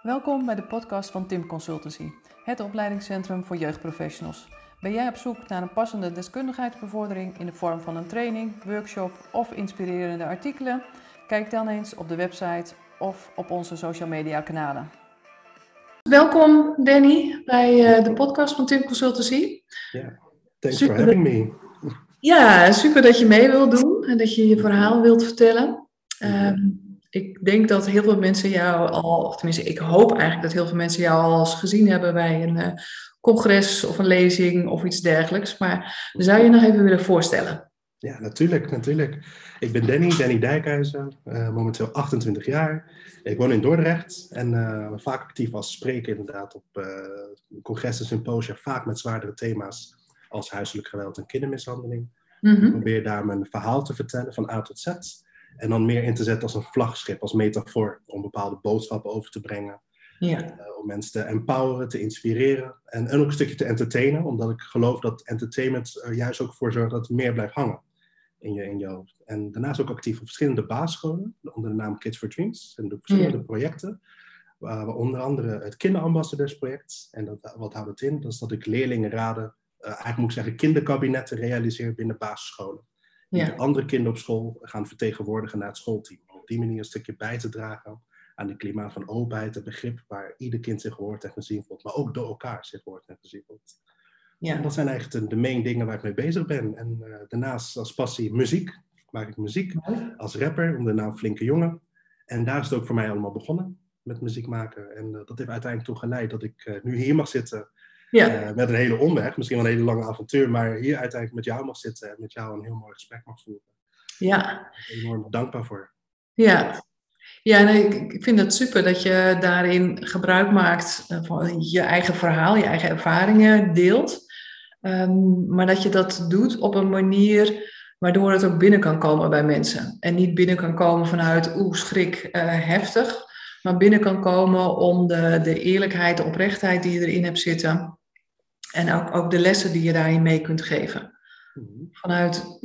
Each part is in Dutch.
Welkom bij de podcast van TIM Consultancy, het opleidingscentrum voor jeugdprofessionals. Ben jij op zoek naar een passende deskundigheidsbevordering in de vorm van een training, workshop of inspirerende artikelen? Kijk dan eens op de website of op onze social media kanalen. Welkom Danny bij de podcast van TIM Consultancy. Ja, thanks for having me. Ja, super dat je mee wilt doen en dat je je verhaal wilt vertellen. Ik denk dat heel veel mensen jou al, of tenminste ik hoop eigenlijk dat heel veel mensen jou al eens gezien hebben bij een congres of een lezing of iets dergelijks. Maar zou je nog even willen voorstellen? Ja, natuurlijk. Ik ben Danny Dijkhuizen, momenteel 28 jaar. Ik woon in Dordrecht en ben vaak actief als spreker inderdaad op congressen, symposia, vaak met zwaardere thema's als huiselijk geweld en kindermishandeling. Ik probeer daar mijn verhaal te vertellen van A tot Z. En dan meer in te zetten als een vlaggenschip, als metafoor, om bepaalde boodschappen over te brengen. Ja. Om mensen te empoweren, te inspireren en ook een stukje te entertainen. Omdat ik geloof dat entertainment er juist ook voor zorgt dat het meer blijft hangen in je hoofd. En daarnaast ook actief op verschillende basisscholen, onder de naam Kids for Dreams. En doe verschillende projecten, onder andere het kinderambassadeursproject. En wat houdt het in? Dat is dat ik leerlingen raden, eigenlijk moet ik zeggen kinderkabinetten realiseer binnen basisscholen. Die de andere kinderen op school gaan vertegenwoordigen naar het schoolteam. Om op die manier een stukje bij te dragen aan het klimaat van openheid en begrip waar ieder kind zich gehoord en gezien voelt, maar ook door elkaar zich gehoord en gezien voelt. Ja. En dat zijn eigenlijk de main dingen waar ik mee bezig ben. En daarnaast als passie muziek. Maak ik muziek als rapper onder de naam Flinke Jongen. En daar is het ook voor mij allemaal begonnen met muziek maken. En dat heeft uiteindelijk toe geleid dat ik nu hier mag zitten. Ja. Met een hele omweg, misschien wel een hele lange avontuur, maar hier uiteindelijk met jou mag zitten en met jou een heel mooi gesprek mag voeren. Ja. Daar ben ik enorm dankbaar voor. Ja. Ja, nee, ik vind het super dat je daarin gebruik maakt van je eigen verhaal, je eigen ervaringen deelt. Maar dat je dat doet op een manier waardoor het ook binnen kan komen bij mensen. En niet binnen kan komen vanuit schrik, heftig. Maar binnen kan komen om de eerlijkheid, de oprechtheid die je erin hebt zitten. En ook de lessen die je daarin mee kunt geven. Vanuit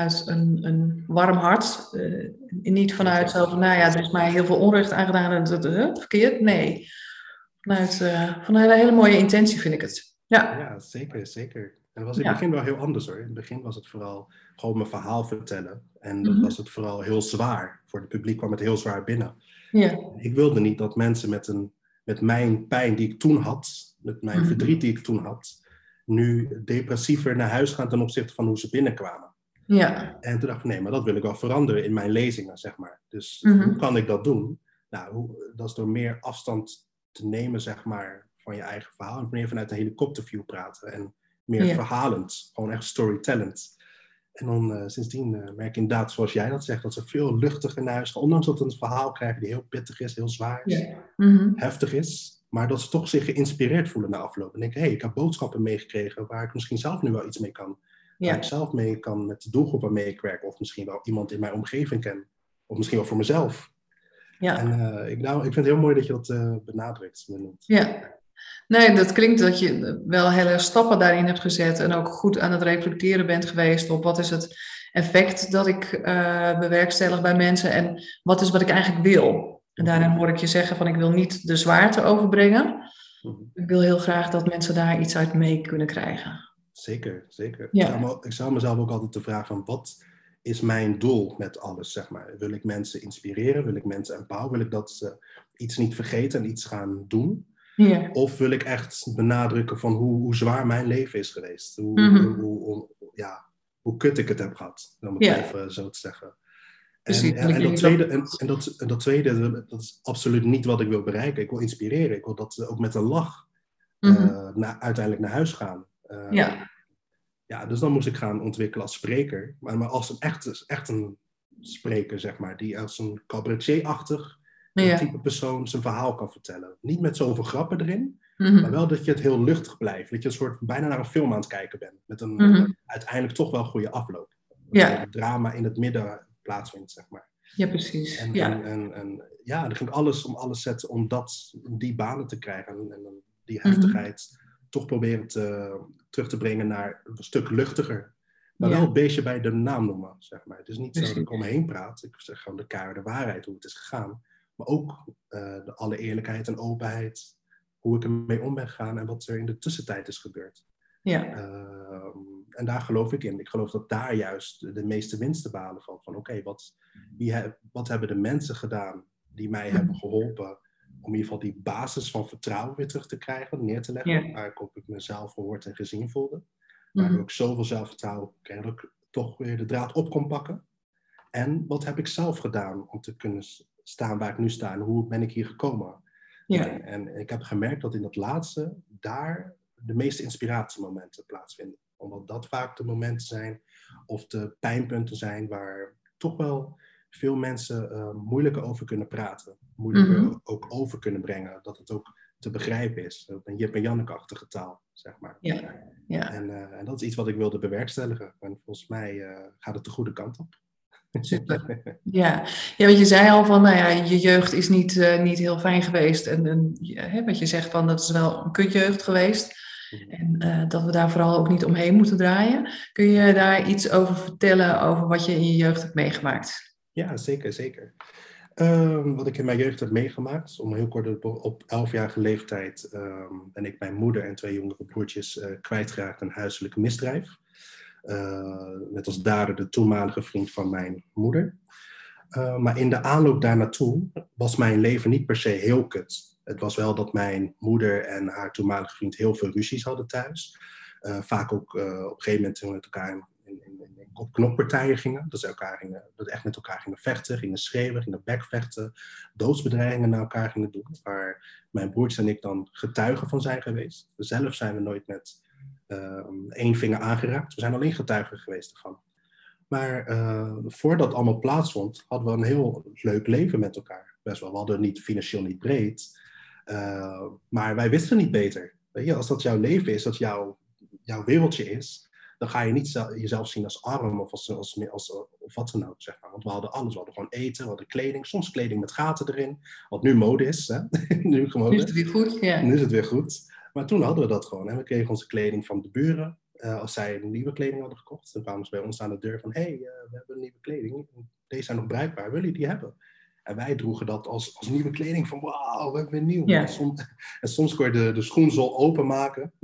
een warm hart. Niet vanuit zo van, er is mij heel veel onrecht aangedaan en verkeerd. Nee. Vanuit een hele mooie intentie vind ik het. Ja, zeker. En dat was in het begin wel heel anders hoor. In het begin was het vooral gewoon mijn verhaal vertellen. En dat was het vooral heel zwaar. Voor het publiek kwam het heel zwaar binnen. Ja. Ik wilde niet dat mensen met mijn pijn die ik toen had, met mijn verdriet die ik toen had, nu depressiever naar huis gaan ten opzichte van hoe ze binnenkwamen. Ja. En toen dacht ik, nee, maar dat wil ik wel veranderen in mijn lezingen, zeg maar. Dus hoe kan ik dat doen? Nou, dat is door meer afstand te nemen, zeg maar, van je eigen verhaal. En meer vanuit een helikopterview praten. En meer verhalend, gewoon echt storytellend. En dan sindsdien merk ik inderdaad, zoals jij dat zegt, dat ze veel luchtiger naar huis gaan. Ondanks dat ze een verhaal krijgen die heel pittig is, heel zwaar is, heftig is. Maar dat ze toch zich geïnspireerd voelen na afloop. En denken, ik heb boodschappen meegekregen waar ik misschien zelf nu wel iets mee kan. Waar ik zelf mee kan met de doelgroep waarmee ik werk. Of misschien wel iemand in mijn omgeving ken. Of misschien wel voor mezelf. Ja. En ik vind het heel mooi dat je dat benadrukt. Ja. Nee, dat klinkt dat je wel hele stappen daarin hebt gezet. En ook goed aan het reflecteren bent geweest op wat is het effect dat ik bewerkstellig bij mensen. En wat is wat ik eigenlijk wil. En daarin hoor ik je zeggen van ik wil niet de zwaarte overbrengen. Ik wil heel graag dat mensen daar iets uit mee kunnen krijgen. Zeker. Ja. Ik zou mezelf ook altijd de vraag van wat is mijn doel met alles, zeg maar. Wil ik mensen inspireren? Wil ik mensen empoweren? Wil ik dat ze iets niet vergeten en iets gaan doen? Ja. Of wil ik echt benadrukken van hoe zwaar mijn leven is geweest? Hoe kut ik het heb gehad, om het even zo te zeggen. En dat tweede, dat is absoluut niet wat ik wil bereiken. Ik wil inspireren. Ik wil dat ze ook met een lach uiteindelijk naar huis gaan. Dus dan moest ik gaan ontwikkelen als spreker. Maar als een echt een spreker, zeg maar. Die als een cabaretier-achtig type persoon zijn verhaal kan vertellen. Niet met zoveel grappen erin. Maar wel dat je het heel luchtig blijft. Dat je een soort bijna naar een film aan het kijken bent. Met een uiteindelijk toch wel goede afloop. Dat het drama in het midden plaatsvindt, zeg maar. Ja, precies. En dan ging ik alles zetten om die banen te krijgen. En die heftigheid toch proberen terug te brengen naar een stuk luchtiger. Maar wel een beestje bij de naam noemen, zeg maar. Het is niet zo dat ik omheen praat. Ik zeg gewoon de waarheid, hoe het is gegaan. Maar ook de alle eerlijkheid en openheid, hoe ik ermee om ben gegaan en wat er in de tussentijd is gebeurd. Ja. En daar geloof ik in. Ik geloof dat daar juist de meeste winst te behalen valt. Van oké, wat hebben de mensen gedaan die mij hebben geholpen om in ieder geval die basis van vertrouwen weer terug te krijgen, neer te leggen, waar ik ook mezelf gehoord en gezien voelde. Waardoor ik zoveel zelfvertrouwen kreeg dat ik toch weer de draad op kon pakken. En wat heb ik zelf gedaan om te kunnen staan waar ik nu sta en hoe ben ik hier gekomen? Ja. En ik heb gemerkt dat in dat laatste, daar de meeste inspiratiemomenten plaatsvinden. Omdat dat vaak de momenten zijn of de pijnpunten zijn waar toch wel veel mensen moeilijker over kunnen praten. Moeilijker ook over kunnen brengen. Dat het ook te begrijpen is. Een Jip en Janneke-achtige taal, zeg maar. Ja. Ja. En dat is iets wat ik wilde bewerkstelligen. En volgens mij gaat het de goede kant op. Super. Ja. Ja, want je zei al van, nou ja, je jeugd is niet heel fijn geweest. En wat je zegt van, dat is wel een kutjeugd geweest. En dat we daar vooral ook niet omheen moeten draaien. Kun je daar iets over vertellen, over wat je in je jeugd hebt meegemaakt? Ja, zeker, zeker. Wat ik in mijn jeugd heb meegemaakt, om heel kort op 11-jarige leeftijd ben ik mijn moeder en 2 jongere broertjes kwijtgeraakt aan huiselijk misdrijf. Net als dader de toenmalige vriend van mijn moeder. Maar in de aanloop daar naartoe was mijn leven niet per se heel kut. Het was wel dat mijn moeder en haar toenmalige vriend heel veel ruzies hadden thuis. Vaak ook op een gegeven moment met elkaar op knokpartijen gingen. Dat ze echt met elkaar gingen vechten, gingen schreeuwen, gingen bekvechten. Doodsbedreigingen naar elkaar gingen doen. Waar mijn broertjes en ik dan getuigen van zijn geweest. Zelf zijn we nooit met 1 vinger aangeraakt. We zijn alleen getuigen geweest ervan. Maar voordat allemaal plaatsvond, hadden we een heel leuk leven met elkaar. Best wel. We hadden niet financieel niet breed. Maar wij wisten niet beter. Weet je, als dat jouw leven is, dat jouw wereldje is, dan ga je niet jezelf zien als arm of of wat dan ook, zeg maar. Want we hadden alles. We hadden gewoon eten, we hadden kleding. Soms kleding met gaten erin. Wat nu mode is. Hè? Nu is het weer goed, ja. Nu is het weer goed. Maar toen hadden we dat gewoon. En we kregen onze kleding van de buren. Als zij nieuwe kleding hadden gekocht, dan kwamen ze bij ons aan de deur van hey, we hebben nieuwe kleding. Deze zijn nog bruikbaar. Willen jullie die hebben? En wij droegen dat als nieuwe kleding van wauw, we hebben weer nieuw. Ja. En soms kon je de schoenzol openmaken.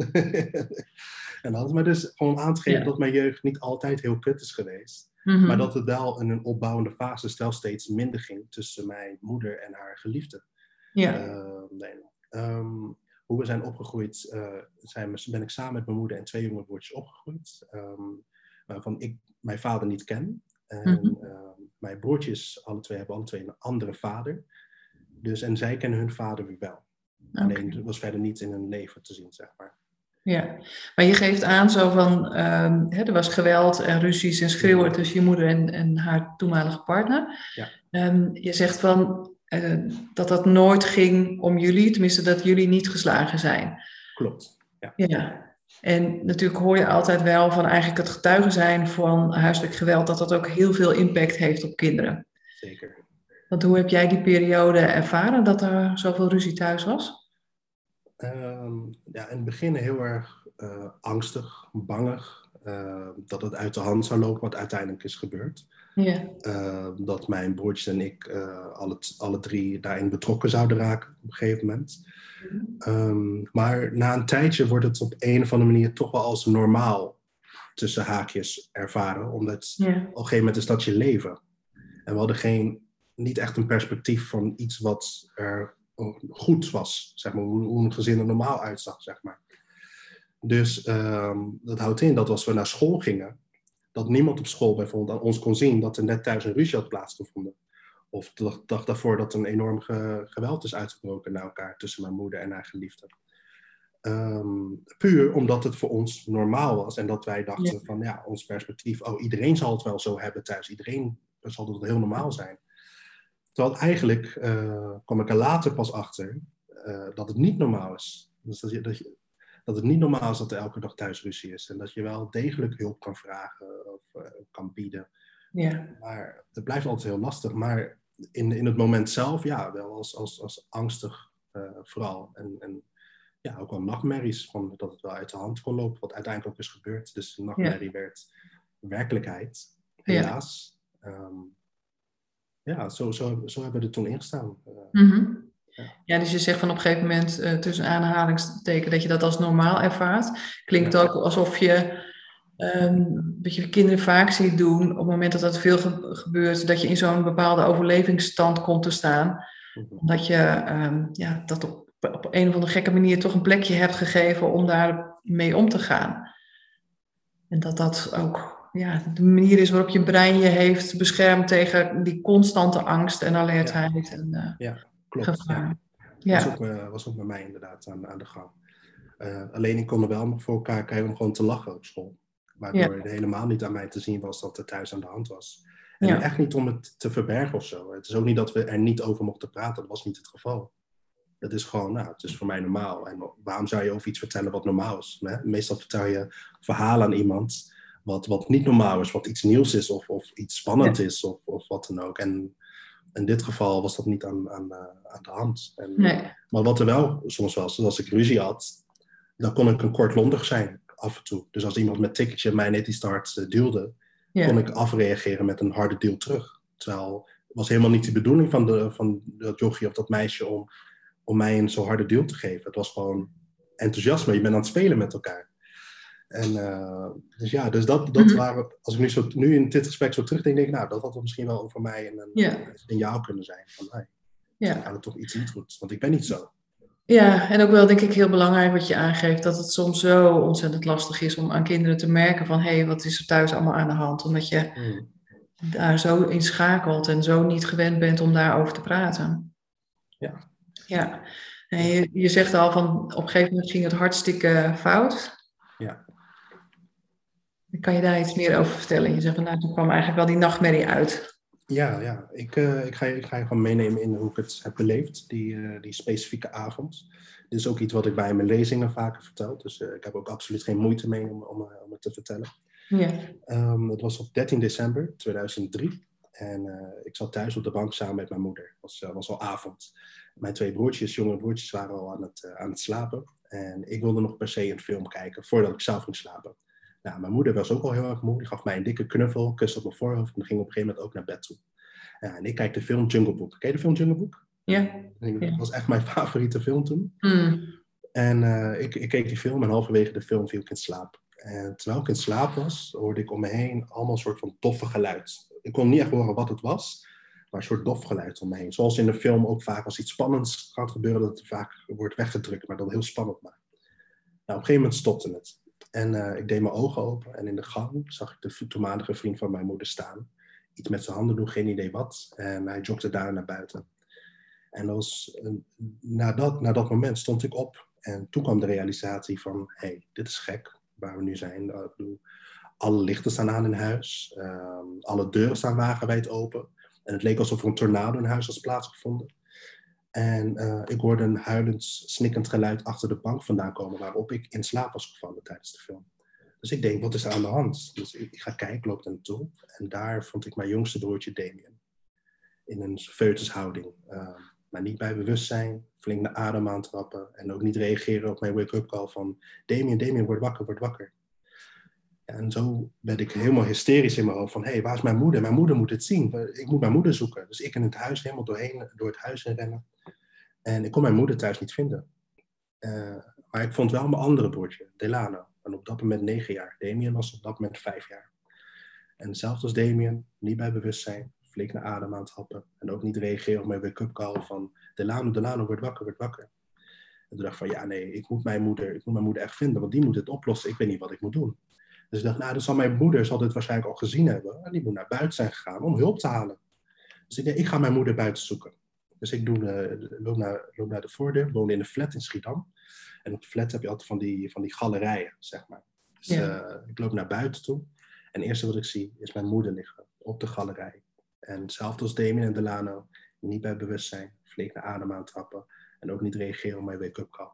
Maar dus gewoon aan te geven dat mijn jeugd niet altijd heel kut is geweest. Maar dat het wel in een opbouwende fase stel steeds minder ging tussen mijn moeder en haar geliefde. Ja. Hoe we zijn opgegroeid, ben ik samen met mijn moeder en 2 jonge broertjes opgegroeid. Waarvan ik mijn vader niet ken. En mijn broertjes, hebben alle twee een andere vader. En zij kennen hun vader weer wel. Okay. Alleen het was verder niet in hun leven te zien, zeg maar. Ja, maar je geeft aan zo van, er was geweld en ruzies en schreeuwen tussen je moeder en haar toenmalige partner. Ja. Je zegt van dat nooit ging om jullie, tenminste dat jullie niet geslagen zijn. Klopt, ja. Ja. En natuurlijk hoor je altijd wel van eigenlijk het getuigen zijn van huiselijk geweld, dat ook heel veel impact heeft op kinderen. Zeker. Want hoe heb jij die periode ervaren dat er zoveel ruzie thuis was? In het begin heel erg angstig, bangig. Dat het uit de hand zou lopen, wat uiteindelijk is gebeurd. Ja. Dat mijn broertjes en ik alle 3 daarin betrokken zouden raken op een gegeven moment. Maar na een tijdje wordt het op een of andere manier toch wel als normaal tussen haakjes ervaren. Omdat op een gegeven moment is dat je leven. En we hadden niet echt een perspectief van iets wat er goed was. Zeg maar, hoe een gezin er normaal uitzag, zeg maar. Dus dat houdt in dat als we naar school gingen, dat niemand op school bijvoorbeeld aan ons kon zien dat er net thuis een ruzie had plaatsgevonden. Of de dag daarvoor dat een enorm geweld is uitgebroken naar elkaar tussen mijn moeder en haar geliefde. Puur omdat het voor ons normaal was en dat wij dachten van ja, ons perspectief, iedereen zal het wel zo hebben thuis. Iedereen zal het heel normaal zijn. Terwijl eigenlijk kwam ik er later pas achter dat het niet normaal is. Dus dat het niet normaal is dat er elke dag thuis ruzie is. En dat je wel degelijk hulp kan vragen of kan bieden. Ja. Maar het blijft altijd heel lastig. Maar in het moment zelf, ja, wel als angstig vooral. En ja, ook wel nachtmerries van dat het wel uit de hand kon lopen. Wat uiteindelijk ook is gebeurd. Dus de nachtmerrie werd werkelijkheid. Helaas. ja, zo hebben we er toen ingestaan. Mhm. Ja. Ja, dus je zegt van op een gegeven moment tussen aanhalingsteken dat je dat als normaal ervaart. Klinkt Ja. ook alsof je, wat je kinderen vaak ziet doen op het moment dat dat veel gebeurt, dat je in zo'n bepaalde overlevingsstand komt te staan. Mhm. Omdat je dat op een of andere gekke manier toch een plekje hebt gegeven om daar mee om te gaan. En dat dat ook de manier is waarop je brein je heeft beschermd tegen die constante angst en alertheid en Ja, klopt. gevaar. Ja. Ja. Was ook bij mij inderdaad aan de gang. Alleen ik kon er wel nog voor elkaar krijgen om gewoon te lachen op school. Waardoor het helemaal niet aan mij te zien was dat er thuis aan de hand was. En echt niet om het te verbergen of zo. Het is ook niet dat we er niet over mochten praten. Dat was niet het geval. Het is gewoon, het is voor mij normaal. En waarom zou je over iets vertellen wat normaal is? Hè? Meestal vertel je verhalen aan iemand wat niet normaal is. Wat iets nieuws is of iets spannend is of wat dan ook. En in dit geval was dat niet aan de hand. Maar wat er wel soms was, als ik ruzie had, dan kon ik een kortlondig zijn af en toe. Dus als iemand met ticketje mij net die start duwde, kon ik afreageren met een harde deal terug. Terwijl het was helemaal niet de bedoeling van dat jochie of dat meisje om mij een zo harde deal te geven. Het was gewoon enthousiasme. Je bent aan het spelen met elkaar. En dus dat waren, als ik nu in dit gesprek zo terugdenk, denk ik, nou, dat had misschien wel over mij en jou kunnen zijn. Van, misschien gaat het toch iets niet goed, want ik ben niet zo. Ja, en ook wel denk ik heel belangrijk wat je aangeeft, dat het soms zo ontzettend lastig is om aan kinderen te merken van, hé, wat is er thuis allemaal aan de hand? Omdat je daar zo in schakelt en zo niet gewend bent om daarover te praten. Ja. Ja. En je zegt al van, op een gegeven moment ging het hartstikke fout. Ja. Kan je daar iets meer over vertellen? Je zegt van, nou, toen kwam eigenlijk wel die nachtmerrie uit. Ja. Ik ga je gewoon meenemen in hoe ik het heb beleefd, die specifieke avond. Dit is ook iets wat ik bij mijn lezingen vaker vertel. Dus ik heb ook absoluut geen moeite mee om het te vertellen. Ja. Het was op 13 december 2003. En ik zat thuis op de bank samen met mijn moeder. Het was al avond. Mijn twee jonge broertjes, waren al aan het slapen. En ik wilde nog per se een film kijken voordat ik zelf ging slapen. Nou, mijn moeder was ook al heel erg moe. Die gaf mij een dikke knuffel, kus op mijn voorhoofd. En ging op een gegeven moment ook naar bed toe. En ik kijk de film Jungle Book. Ken je de film Jungle Book? Ja. Dat was echt mijn favoriete film toen. En ik keek die film en halverwege de film viel ik in slaap. En terwijl ik in slaap was, hoorde ik om me heen allemaal een soort van doffe geluid. Ik kon niet echt horen wat het was, maar een soort dof geluid om me heen. Zoals in de film ook vaak als iets spannends gaat gebeuren, dat het vaak wordt weggedrukt, maar dan heel spannend maakt. Nou, op een gegeven moment stopte het. En ik deed mijn ogen open en in de gang zag ik de toenmalige vriend van mijn moeder staan. Iets met zijn handen doen, geen idee wat. En hij jogde daar naar buiten. En na dat moment stond ik op. En toen kwam de realisatie van, dit is gek waar we nu zijn. Alle lichten staan aan in huis. Alle deuren staan wagenwijd open. En het leek alsof er een tornado in huis was plaatsgevonden. En ik hoorde een huilend, snikkend geluid achter de bank vandaan komen, waarop ik in slaap was gevallen tijdens de film. Dus ik denk, wat is er aan de hand? Dus ik ga kijken, loop er naartoe. En daar vond ik mijn jongste broertje Damien. In een foetushouding. Maar niet bij bewustzijn, flink de adem aantrappen. En ook niet reageren op mijn wake-up call van Damien, word wakker, word wakker. En zo werd ik helemaal hysterisch in mijn hoofd van, waar is mijn moeder? Mijn moeder moet het zien. Ik moet mijn moeder zoeken. Dus ik in het huis, helemaal door het huis heen rennen. En ik kon mijn moeder thuis niet vinden. Maar ik vond wel mijn andere broertje, Delano. En op dat moment 9 jaar. Damien was op dat moment 5 jaar. En zelfs als Damien, niet bij bewustzijn, flink naar adem aan het happen. En ook niet reageren op mijn wake-up call van Delano, word wakker, word wakker. En toen dacht ik van, ik moet mijn moeder echt vinden. Want die moet het oplossen. Ik weet niet wat ik moet doen. Dus ik dacht, dan zal mijn moeder dit waarschijnlijk al gezien hebben. En die moet naar buiten zijn gegaan om hulp te halen. Dus ik dacht, ik ga mijn moeder buiten zoeken. Dus ik loop naar de voordeur. Ik woonde in een flat in Schiedam. En op de flat heb je altijd van die galerijen, zeg maar. Dus ik loop naar buiten toe. En het eerste wat ik zie is mijn moeder liggen op de galerij. En hetzelfde als Damien en Delano. Niet bij bewustzijn. Flink naar adem aan trappen. En ook niet reageren op mijn wake-up call.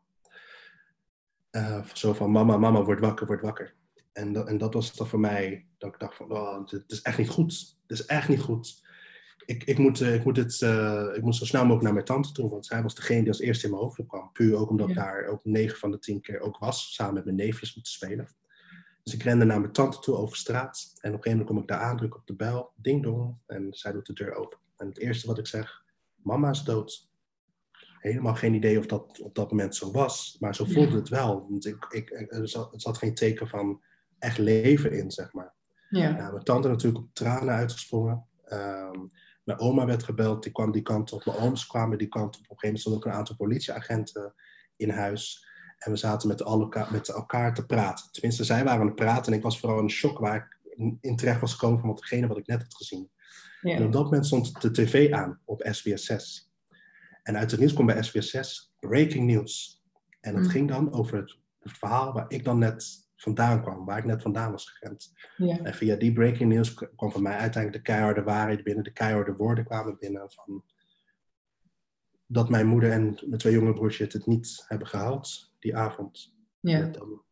Zo van, mama, word wakker, word wakker. En dat was dan voor mij, dat ik dacht van, het is echt niet goed. Het is echt niet goed. Ik moet zo snel mogelijk naar mijn tante toe, want zij was degene die als eerste in mijn hoofd kwam. Puur ook omdat ik daar ook 9 van de 10 keer ook was, samen met mijn neefjes om te spelen. Dus ik rende naar mijn tante toe over straat. En op een gegeven moment kom ik daar aan, druk op de bel, ding dong, en zij doet de deur open. En het eerste wat ik zeg, mama is dood. Helemaal geen idee of dat op dat moment zo was. Maar zo voelde het wel. Want er zat geen teken van echt leven in, zeg maar. Ja. Nou, mijn tante natuurlijk op tranen uitgesprongen. Mijn oma werd gebeld, die kwam die kant op. Mijn ooms kwamen die kant op. Op een gegeven moment stonden ook een aantal politieagenten in huis. En we zaten met elkaar te praten. Tenminste, zij waren aan het praten. En ik was vooral in shock waar ik in terecht was gekomen van hetgene wat ik net had gezien. Ja. En op dat moment stond de tv aan op SBS 6. En uit het nieuws kwam bij SBS 6 breaking news. En dat ging dan over het verhaal waar ik dan net vandaan kwam, waar ik net vandaan was gerend. Ja. En via die breaking news kwam van mij uiteindelijk de keiharde waarheid binnen, de keiharde woorden kwamen binnen van dat mijn moeder en mijn 2 jonge broertjes het niet hebben gehaald die avond. Ja.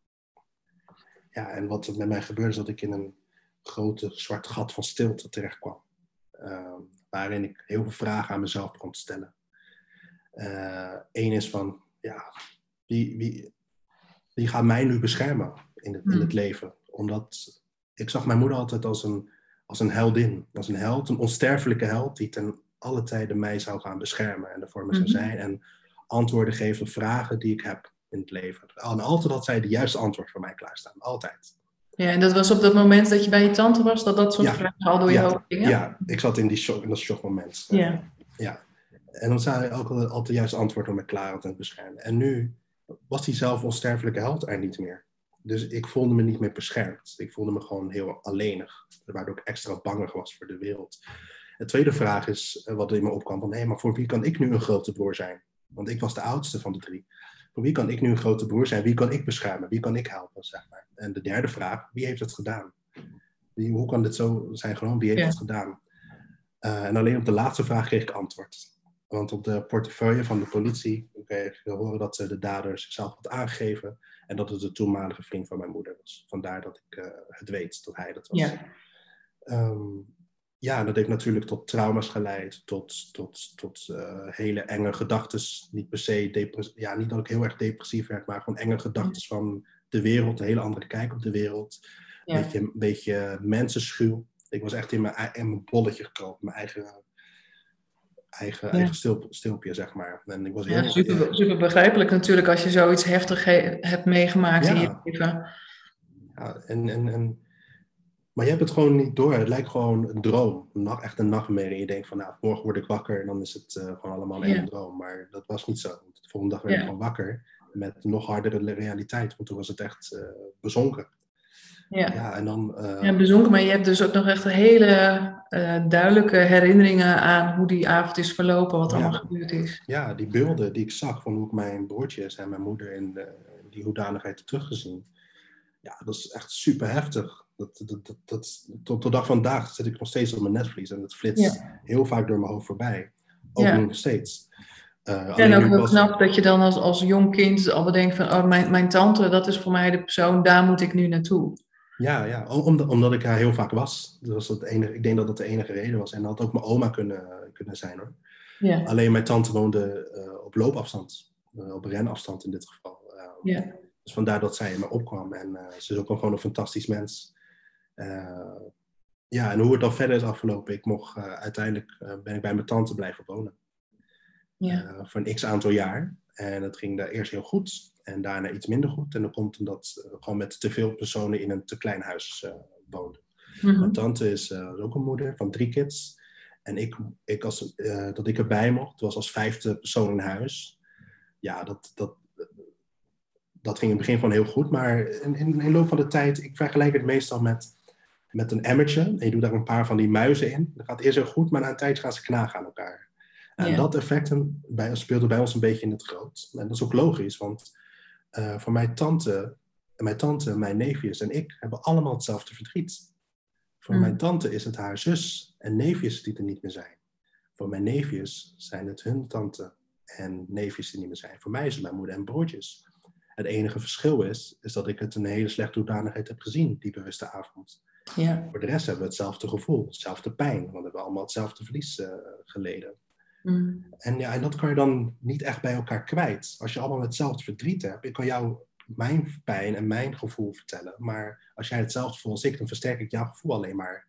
En wat er met mij gebeurde is dat ik in een grote zwart gat van stilte terecht kwam. Waarin ik heel veel vragen aan mezelf begon te stellen. Eén is van, wie gaat mij nu beschermen in het leven? Omdat ik zag mijn moeder altijd als een heldin. Als een held, een onsterfelijke held die ten alle tijden mij zou gaan beschermen. En er voor me zou zijn en antwoorden geven op vragen die ik heb in het leven. En altijd had zij de juiste antwoord voor mij klaarstaan. Altijd. Ja, en dat was op dat moment dat je bij je tante was, dat soort vragen al door je hoofd gingen? Ja, ik zat in dat shockmoment. Ja. En dan zei hij ook altijd de juiste antwoord om me klaar te beschermen. En nu was die zelf onsterfelijke held er niet meer. Dus ik voelde me niet meer beschermd. Ik voelde me gewoon heel alleenig. Waardoor ik extra bangig was voor de wereld. De tweede vraag is wat in me opkwam. Van, maar voor wie kan ik nu een grote broer zijn? Want ik was de oudste van de 3. Voor wie kan ik nu een grote broer zijn? Wie kan ik beschermen? Wie kan ik helpen? Zeg maar. En de derde vraag, wie heeft het gedaan? Hoe kan dit zo zijn genomen? Wie heeft het gedaan? En alleen op de laatste vraag kreeg ik antwoord. Want op de portefeuille van de politie kreeg ik horen dat de dader zichzelf had aangegeven. En dat het de toenmalige vriend van mijn moeder was. Vandaar dat ik het weet, dat hij dat was. En dat heeft natuurlijk tot trauma's geleid. Tot hele enge gedachten. Niet per se niet dat ik heel erg depressief werd. Maar gewoon enge gedachten van de wereld. Een hele andere kijk op de wereld. Een beetje mensenschuw. Ik was echt in mijn bolletje gekropen. Mijn eigen stilpje, zeg maar. En ik was heel, super begrijpelijk natuurlijk als je zoiets heftig hebt meegemaakt in je leven. Ja, maar je hebt het gewoon niet door. Het lijkt gewoon een droom. Echt een nachtmerrie. En je denkt van, morgen word ik wakker en dan is het gewoon allemaal een droom. Maar dat was niet zo. De volgende dag werd ik gewoon wakker met nog hardere realiteit. Want toen was het echt bezonken. En dan, bezonken, maar je hebt dus ook nog echt hele duidelijke herinneringen aan hoe die avond is verlopen, wat allemaal gebeurd is. Ja, die beelden die ik zag van hoe ik mijn broertjes en mijn moeder in die hoedanigheid heb teruggezien. Ja, dat is echt super heftig. Tot de dag van vandaag zit ik nog steeds op mijn netvlies en het flitst heel vaak door mijn hoofd voorbij. Ook nu nog steeds. En ook heel knap dat je dan als jong kind al bedenkt van, mijn tante, dat is voor mij de persoon, daar moet ik nu naartoe. Ja, omdat ik haar heel vaak was. Dat was het enige, ik denk dat dat de enige reden was. En dat had ook mijn oma kunnen zijn hoor. Ja. Alleen mijn tante woonde op loopafstand. Op renafstand in dit geval. Dus vandaar dat zij in me opkwam. En ze is ook gewoon een fantastisch mens. En hoe het dan verder is afgelopen. Ik mocht uiteindelijk ben ik bij mijn tante blijven wonen. Voor een x-aantal jaar. En het ging daar eerst heel goed. En daarna iets minder goed. En dan komt omdat gewoon met te veel personen in een te klein huis woonden. Mijn tante is ook een moeder van 3 kids. En dat ik erbij mocht, was als 5e persoon in huis. Ja, dat ging in het begin gewoon heel goed. Maar in de loop van de tijd, ik vergelijk het meestal met een emmertje. En je doet daar een paar van die muizen in. Dat gaat eerst heel goed, maar na een tijdje gaan ze knagen aan elkaar. En dat effect speelde bij ons een beetje in het groot. En dat is ook logisch, want voor mijn tante, mijn neefjes en ik hebben allemaal hetzelfde verdriet. Voor mijn tante is het haar zus en neefjes die er niet meer zijn. Voor mijn neefjes zijn het hun tante en neefjes die niet meer zijn. Voor mij is het mijn moeder en broertjes. Het enige verschil is dat ik het een hele slechte hoedanigheid heb gezien, die bewuste avond. Ja. Voor de rest hebben we hetzelfde gevoel, hetzelfde pijn, want we hebben allemaal hetzelfde verlies geleden. En dat kan je dan niet echt bij elkaar kwijt. Als je allemaal hetzelfde verdriet hebt, ik kan jou mijn pijn en mijn gevoel vertellen. Maar als jij hetzelfde voelt als ik, dan versterk ik jouw gevoel alleen maar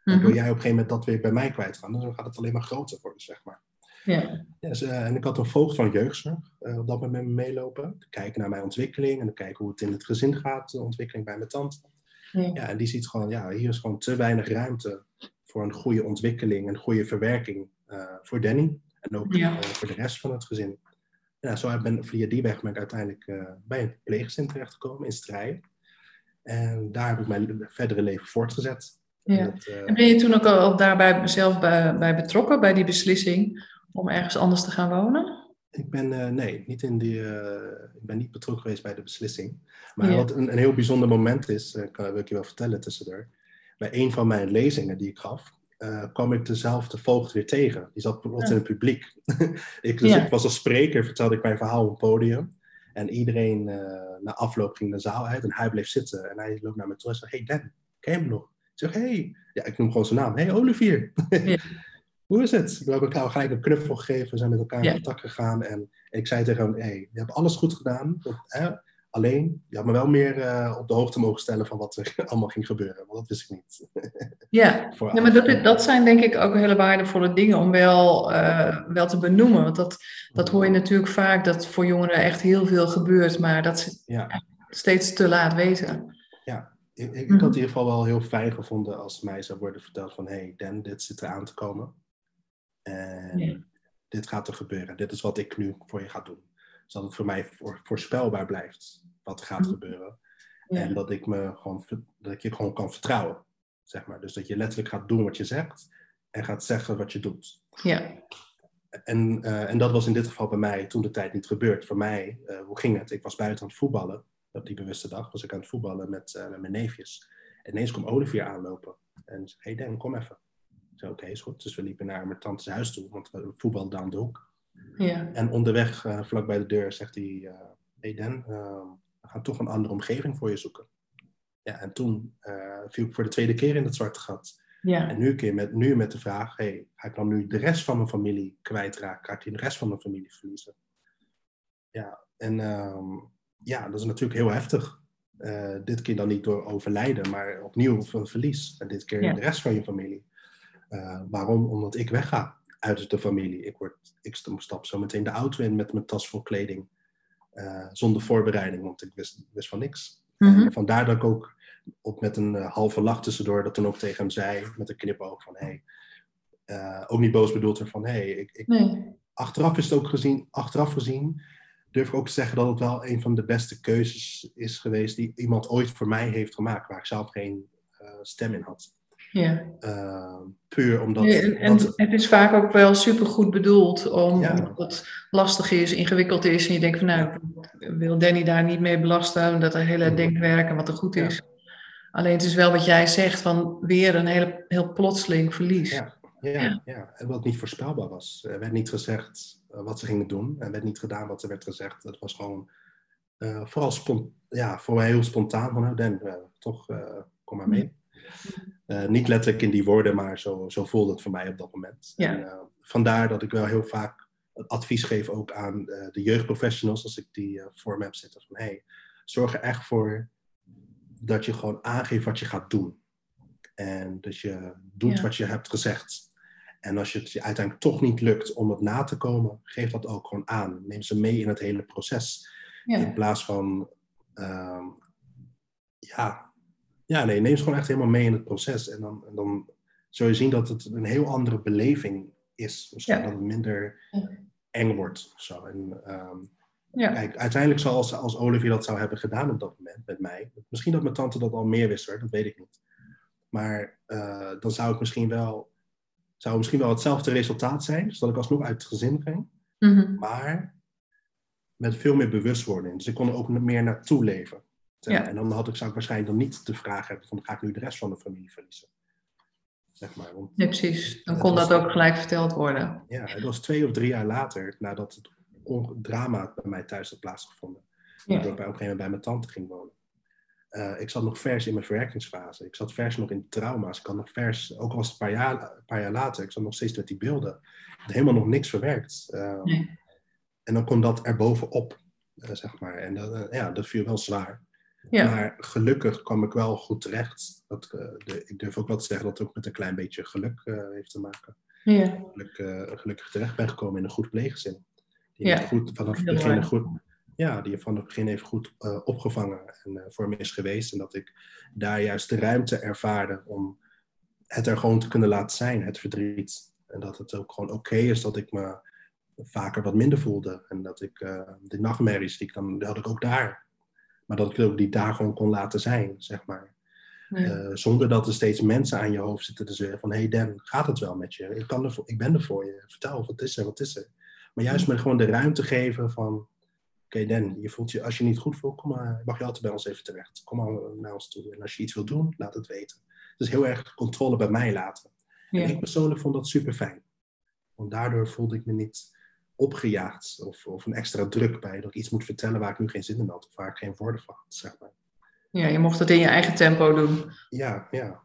Waardoor jij op een gegeven moment dat weer bij mij kwijtgaat. Dan gaat het alleen maar groter worden, zeg maar. Ja. Dus, en ik had een voogd van jeugdzorg op dat moment met me meelopen. Te kijken naar mijn ontwikkeling en te kijken hoe het in het gezin gaat. De ontwikkeling bij mijn tante. Ja. Ja, en die ziet gewoon, ja, hier is gewoon te weinig ruimte voor een goede ontwikkeling en goede verwerking voor Danny. En ook voor de rest van het gezin. Ja, via die weg ben ik uiteindelijk bij een pleeggezin terechtgekomen in Strijen. En daar heb ik mijn verdere leven voortgezet. Ja. En ben je toen ook al daarbij zelf bij betrokken, bij die beslissing om ergens anders te gaan wonen? Ik ben, nee, niet ik ben niet betrokken geweest bij de beslissing. Maar wat een heel bijzonder moment is, wil ik je wel vertellen tussendoor. Bij een van mijn lezingen die ik gaf, kwam ik dezelfde voogd weer tegen. Die zat bijvoorbeeld in het publiek. Ik was als spreker, vertelde ik mijn verhaal op het podium. En iedereen na afloop ging de zaal uit en hij bleef zitten. En hij loopt naar me toe en zei, hey Dan, ken je hem nog? Ik zeg, hey. Ja, ik noem gewoon zijn naam. Hey Olivier. Hoe is het? We hebben elkaar gelijk een knuffel gegeven. We zijn met elkaar in contact gegaan. En ik zei tegen hem, hey, je hebt alles goed gedaan. Alleen, je had me wel meer op de hoogte mogen stellen van wat er allemaal ging gebeuren. Want dat wist ik niet. Ja, maar dat zijn denk ik ook hele waardevolle dingen om wel te benoemen. Want dat hoor je natuurlijk vaak, dat voor jongeren echt heel veel gebeurt. Maar dat ze steeds te laat weten. Ja, ik had in ieder geval wel heel fijn gevonden als mij zou worden verteld van... Hey Dan, dit zit eraan te komen. En dit gaat er gebeuren. Dit is wat ik nu voor je ga doen. Zodat het voor mij voorspelbaar blijft wat er gaat gebeuren. En dat ik je gewoon kan vertrouwen. Zeg maar. Dus dat je letterlijk gaat doen wat je zegt. En gaat zeggen wat je doet. Ja. En dat was in dit geval bij mij toen de tijd niet gebeurd. Voor mij, hoe ging het? Ik was buiten aan het voetballen. Op die bewuste dag was ik aan het voetballen met mijn neefjes. En ineens kwam Olivier aanlopen. En zei, hey Dan, kom even. Ik zei, oké, is goed. Dus we liepen naar mijn tante's huis toe. Want we voetbalden aan de hoek. Ja. En onderweg, vlak bij de deur, zegt hij... hey Dan, we gaan toch een andere omgeving voor je zoeken. Ja, en toen viel ik voor de tweede keer in het zwarte gat. Ja. En nu met de vraag... Hey, ga ik dan nu de rest van mijn familie kwijtraken? Ga ik de rest van mijn familie verliezen? Ja, en... dat is natuurlijk heel heftig. Dit keer dan niet door overlijden, maar opnieuw van verlies. En dit keer de rest van je familie. Waarom? Omdat ik wegga uit de familie. Ik stap zo meteen de auto in met mijn tas vol kleding. Zonder voorbereiding, want ik wist van niks. En vandaar dat ik ook met een halve lach tussendoor dat toen ook tegen hem zei, met een knipoog van hey, ook niet boos bedoeld ervan hey, achteraf gezien durf ik ook te zeggen dat het wel een van de beste keuzes is geweest die iemand ooit voor mij heeft gemaakt, waar ik zelf geen stem in had. Ja. Puur omdat... En het is vaak ook wel supergoed bedoeld, omdat het lastig is, ingewikkeld is. En je denkt van ik wil Danny daar niet mee belasten, omdat er hele denkwerk en wat er goed is. Alleen het is wel wat jij zegt, van weer een heel plotseling verlies. Ja. En wat niet voorspelbaar was. Er werd niet gezegd wat ze gingen doen. Er werd niet gedaan wat er werd gezegd. Het was gewoon vooral voor mij heel spontaan. Van Dan, kom maar mee. Niet letterlijk in die woorden, maar zo voelde het voor mij op dat moment. Ja. En vandaar dat ik wel heel vaak advies geef ook aan de jeugdprofessionals, als ik die voor me heb zitten. Van hey, zorg er echt voor dat je gewoon aangeeft wat je gaat doen. En dat je doet wat je hebt gezegd. En als het je uiteindelijk toch niet lukt om het na te komen, geef dat ook gewoon aan. Neem ze mee in het hele proces. Ja. In plaats van, neem ze gewoon echt helemaal mee in het proces. En dan zul je zien dat het een heel andere beleving is. Dus dat het minder eng wordt. Zo. En, kijk, uiteindelijk als Olivier dat zou hebben gedaan op dat moment met mij. Misschien dat mijn tante dat al meer wist hoor, dat weet ik niet. Maar dan zou misschien wel hetzelfde resultaat zijn. Dus dat ik alsnog uit het gezin ging. Maar met veel meer bewustwording. Dus ik kon er ook meer naartoe leven. Ja. En dan zou ik waarschijnlijk dan niet de vraag hebben van ga ik nu de rest van de familie verliezen. Zeg maar. Want, precies. Dan kon dat ook gelijk verteld worden. Ja, het was 2 of 3 jaar later nadat het drama bij mij thuis had plaatsgevonden. Dat ik op een gegeven moment bij mijn tante ging wonen. Ik zat nog vers in mijn verwerkingsfase. Ik zat vers nog in trauma's. Ik had nog vers, ook al was het een paar jaar later, ik zat nog steeds met die beelden. Ik had helemaal nog niks verwerkt. En dan kwam dat erbovenop, zeg maar. En dat viel wel zwaar. Ja. Maar gelukkig kwam ik wel goed terecht. Ik durf ook wel te zeggen dat het ook met een klein beetje geluk heeft te maken. Ja. Gelukkig terecht ben gekomen in een goed pleeggezin. Die me Ja. goed vanaf het Heel begin mooi. die vanaf het begin even goed opgevangen en voor me is geweest. En dat ik daar juist de ruimte ervaarde om het er gewoon te kunnen laten zijn, het verdriet. En dat het ook gewoon oké is dat ik me vaker wat minder voelde. En dat ik de nachtmerries, die had ik ook daar. Maar dat ik ook die daar gewoon kon laten zijn, zeg maar. Ja. Zonder dat er steeds mensen aan je hoofd zitten te zeggen van... Hey Dan, gaat het wel met je? Ik ben er voor je. Vertel, wat is er, wat is er? Maar juist met gewoon de ruimte geven van... Oké, Dan, je voelt je, als je niet goed voelt, kom maar, mag je altijd bij ons even terecht. Kom maar naar ons toe. En als je iets wil doen, laat het weten. Dus heel erg controle bij mij laten. En ik Ja. persoonlijk vond dat super fijn. Want daardoor voelde ik me niet opgejaagd of een extra druk bij dat ik iets moet vertellen waar ik nu geen zin in had of waar ik geen woorden van had, zeg maar. Ja, je mocht het in je eigen tempo doen. Ja.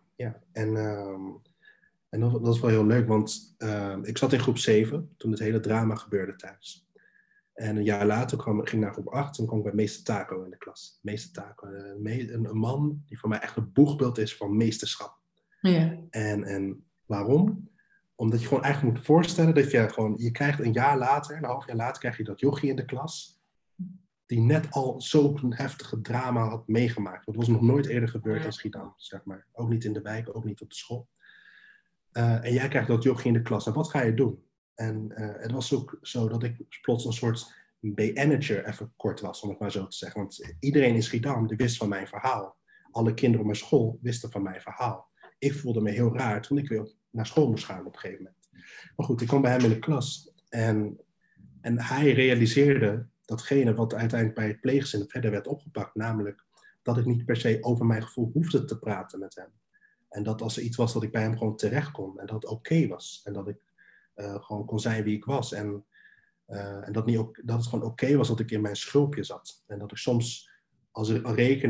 En dat was wel heel leuk, want ik zat in groep 7 toen het hele drama gebeurde thuis. En een jaar later ging ik naar groep 8 en kwam ik bij meester Taco in de klas. Meester Taco, een man die voor mij echt een boegbeeld is van meesterschap. Ja. En waarom? Omdat je gewoon eigenlijk moet voorstellen dat je krijgt een jaar later, een half jaar later, krijg je dat jochie in de klas, die net al zo'n heftige drama had meegemaakt. Dat was nog nooit eerder gebeurd in Schiedam, zeg maar. Ook niet in de wijk, ook niet op de school. En jij krijgt dat jochie in de klas. En wat ga je doen? En het was ook zo dat ik plots een soort BN'er even kort was, om het maar zo te zeggen. Want iedereen in Schiedam die wist van mijn verhaal. Alle kinderen op mijn school wisten van mijn verhaal. Ik voelde me heel raar toen ik weer naar school moest gaan op een gegeven moment. Maar goed, ik kwam bij hem in de klas. En hij realiseerde datgene wat uiteindelijk bij het pleeggezin verder werd opgepakt. Namelijk dat ik niet per se over mijn gevoel hoefde te praten met hem. En dat als er iets was dat ik bij hem gewoon terecht kon. En dat het oké was. En dat ik gewoon kon zijn wie ik was. En dat het gewoon oké was dat ik in mijn schulpje zat. En dat ik soms, als ik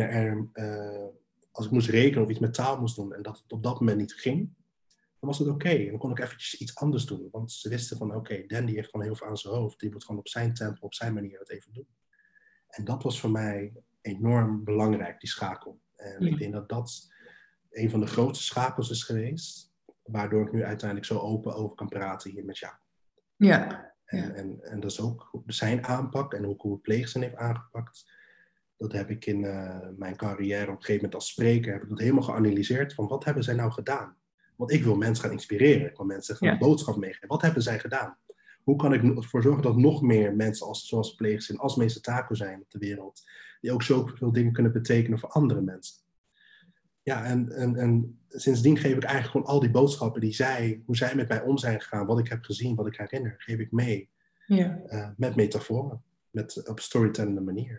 moest rekenen of iets met taal moest doen. En dat het op dat moment niet ging. Dan was het oké. En dan kon ik eventjes iets anders doen. Want ze wisten van oké, Dan die heeft gewoon heel veel aan zijn hoofd. Die moet gewoon op zijn tempo, op zijn manier het even doen. En dat was voor mij enorm belangrijk, die schakel. En ik denk dat dat een van de grootste schakels is geweest. Waardoor ik nu uiteindelijk zo open over kan praten hier met jou. Ja. En dat is ook zijn aanpak en hoe het pleegzin heeft aangepakt. Dat heb ik in mijn carrière op een gegeven moment als spreker heb ik dat helemaal geanalyseerd. Van wat hebben zij nou gedaan? Want ik wil mensen gaan inspireren. Ik wil mensen een boodschap meegeven. Wat hebben zij gedaan? Hoe kan ik ervoor zorgen dat nog meer mensen zoals pleegzin, als meester Taco zijn op de wereld. Die ook zoveel dingen kunnen betekenen voor andere mensen. Ja, en sindsdien geef ik eigenlijk gewoon al die boodschappen hoe zij met mij om zijn gegaan, wat ik heb gezien, wat ik herinner, geef ik mee. Ja. Met metaforen, op storytellende manier.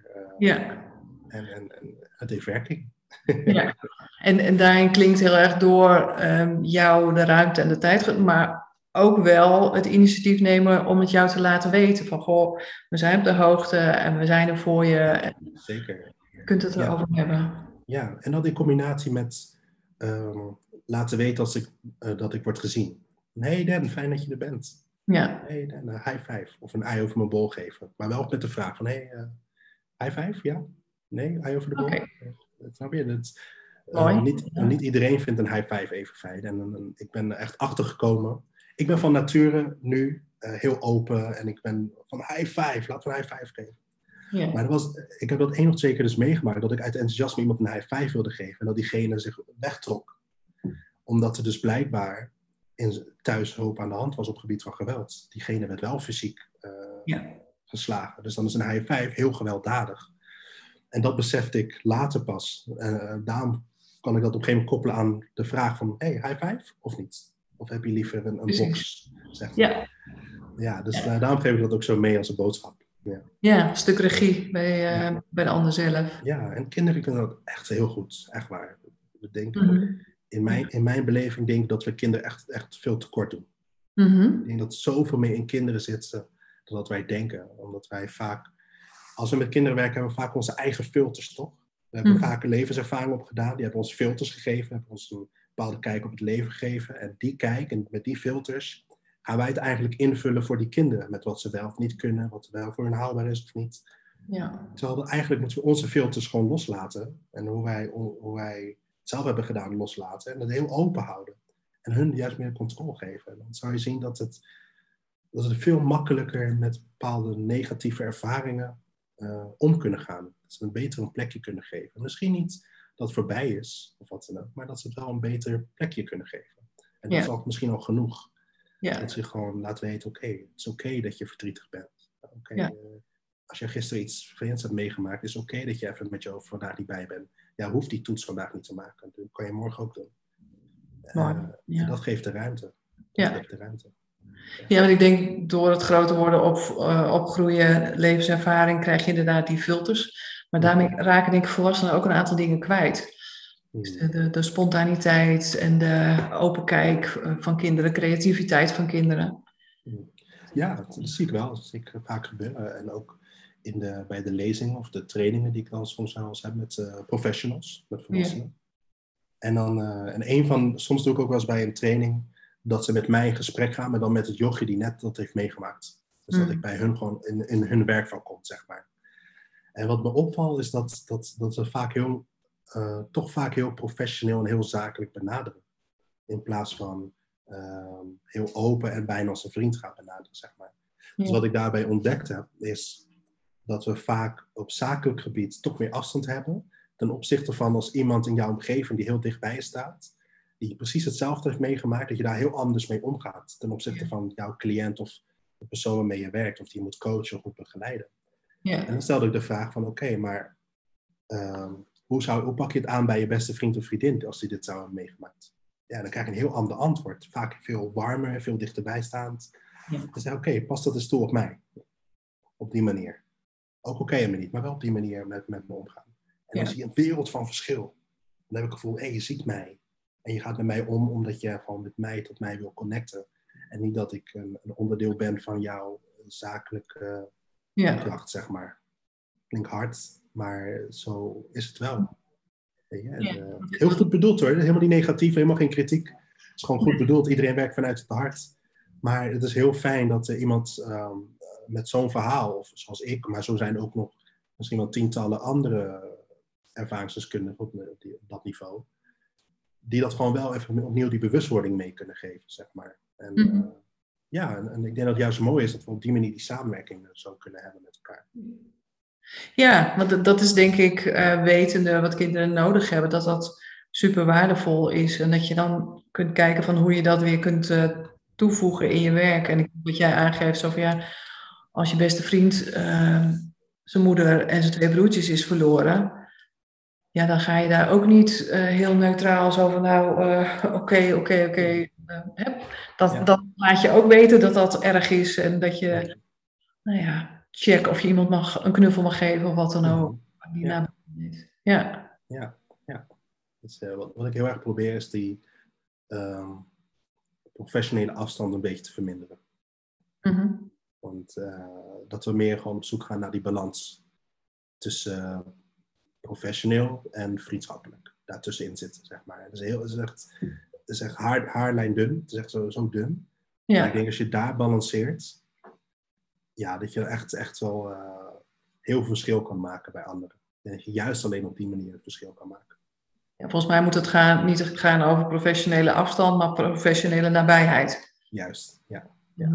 En het heeft werking. Ja. En daarin klinkt heel erg door jou de ruimte en de tijd, maar ook wel het initiatief nemen om het jou te laten weten. Van goh, we zijn op de hoogte en we zijn er voor je. Zeker. Je kunt het erover hebben. Ja, en dat in combinatie met laten weten dat ik word gezien. Hey Dan, fijn dat je er bent. Ja. Hey Dan, high five. Of een ei over mijn bol geven. Maar wel met de vraag van, hey, high five? Ja? Nee, ei over de bol? Okay. Snap je? Mooi. Niet iedereen vindt een high five even fijn. En ik ben er echt achter gekomen. Ik ben van nature nu heel open. En ik ben van high five. Laten we een high five geven. Ja. Maar ik heb dat 1 of 2 keer dus meegemaakt. Dat ik uit enthousiasme iemand een high five wilde geven. En dat diegene zich wegtrok. Omdat er dus blijkbaar thuis hulp aan de hand was op het gebied van geweld. Diegene werd wel fysiek geslagen. Dus dan is een high five heel gewelddadig. En dat besefte ik later pas. Daarom kan ik dat op een gegeven moment koppelen aan de vraag van... Hey, high five of niet? Of heb je liever een box? Zeg maar. Ja, dus daarom geef ik dat ook zo mee als een boodschap. Ja, een stuk regie bij de ander zelf. Ja, en kinderen kunnen dat echt heel goed. Echt waar. We denken, in mijn beleving denk ik dat we kinderen echt veel tekort doen. Ik denk dat zoveel meer in kinderen zit dan dat wij denken. Omdat wij vaak, als we met kinderen werken, hebben we vaak onze eigen filters, toch? We hebben vaak een levenservaring opgedaan. Die hebben ons filters gegeven. Hebben ons een bepaalde kijk op het leven gegeven. En die kijk en met die filters gaan wij het eigenlijk invullen voor die kinderen. Met wat ze wel of niet kunnen. Wat wel voor hun haalbaar is of niet. Ja. Terwijl eigenlijk moeten we onze filters gewoon loslaten. En hoe wij het zelf hebben gedaan loslaten. En het heel open houden. En hun juist meer controle geven. En dan zou je zien dat het veel makkelijker met bepaalde negatieve ervaringen om kunnen gaan. Dat ze een beter plekje kunnen geven. Misschien niet dat het voorbij is, of wat dan ook. Maar dat ze het wel een beter plekje kunnen geven. En dat is al misschien al genoeg. Ja. Dat je gewoon laat weten, het is oké dat je verdrietig bent. Ja. Als je gisteren iets vervelends hebt meegemaakt, is het oké dat je even met je hoofd vandaag niet bij bent. Ja, hoeft die toets vandaag niet te maken. Dat kan je morgen ook doen. Mooi. Ja. En dat geeft de ruimte. Geeft de ruimte. Ja, want ik denk door het groter worden, opgroeien, levenservaring, krijg je inderdaad die filters. Maar daarmee raken denk ik volwassenen ook een aantal dingen kwijt. Dus de spontaniteit en de open kijk van kinderen, creativiteit van kinderen. Ja, dat zie ik wel. Dat zie ik vaak gebeuren. En ook bij de lezingen of de trainingen die ik dan soms wel eens heb met professionals, met volwassenen. Ja. En dan, soms doe ik ook wel eens bij een training dat ze met mij in gesprek gaan, maar dan met het jochie die net dat heeft meegemaakt. Dus dat ik bij hun gewoon in hun werk van kom, zeg maar. En wat me opvalt is dat ze vaak toch vaak heel professioneel en heel zakelijk benaderen. In plaats van heel open en bijna als een vriend gaan benaderen, zeg maar. Ja. Dus wat ik daarbij ontdekt heb, is dat we vaak op zakelijk gebied toch meer afstand hebben ten opzichte van als iemand in jouw omgeving die heel dichtbij je staat, die precies hetzelfde heeft meegemaakt, dat je daar heel anders mee omgaat ten opzichte van jouw cliënt of de persoon waarmee je werkt, of die je moet coachen of moet begeleiden. Ja. En dan stelde ik de vraag van, maar hoe pak je het aan bij je beste vriend of vriendin als die dit zou hebben meegemaakt? Ja, dan krijg je een heel ander antwoord. Vaak veel warmer, veel dichterbij staand. Ja. Dan zeg ik, past dat eens toe op mij? Op die manier. Ook oké me niet, maar wel op die manier met me omgaan. En dan zie je een wereld van verschil. Dan heb ik het gevoel, je ziet mij. En je gaat met mij om, omdat je gewoon met mij tot mij wil connecten. En niet dat ik een onderdeel ben van jouw zakelijke opdracht, zeg maar. Klinkt hard, maar zo is het wel. Heel goed bedoeld hoor, helemaal niet negatief, helemaal geen kritiek. Het is gewoon goed bedoeld, iedereen werkt vanuit het hart. Maar het is heel fijn dat iemand met zo'n verhaal, of zoals ik, maar zo zijn ook nog misschien wel tientallen andere ervaringsdeskundigen op dat niveau, die dat gewoon wel even opnieuw die bewustwording mee kunnen geven, zeg maar. En, en ik denk dat het juist mooi is dat we op die manier die samenwerking zo kunnen hebben met elkaar. Ja, want dat is denk ik wetende wat kinderen nodig hebben, dat super waardevol is. En dat je dan kunt kijken van hoe je dat weer kunt toevoegen in je werk. En wat jij aangeeft, zo van als je beste vriend zijn moeder en zijn 2 broertjes is verloren, ja, dan ga je daar ook niet heel neutraal zo van oké. Dat laat je ook weten dat dat erg is en dat je, check of je iemand een knuffel mag geven of wat dan ook. Ja. Dus, wat ik heel erg probeer is die professionele afstand een beetje te verminderen. Mm-hmm. Want dat we meer gewoon op zoek gaan naar die balans tussen professioneel en vriendschappelijk. Daartussenin zitten, zeg maar. Het is echt haarlijn dun. Het is echt zo dun. Ja. Maar ik denk als je daar balanceert, dat je echt wel heel veel verschil kan maken bij anderen. En dat je juist alleen op die manier het verschil kan maken. Ja, volgens mij moet het niet gaan over professionele afstand, maar professionele nabijheid. Juist, ja.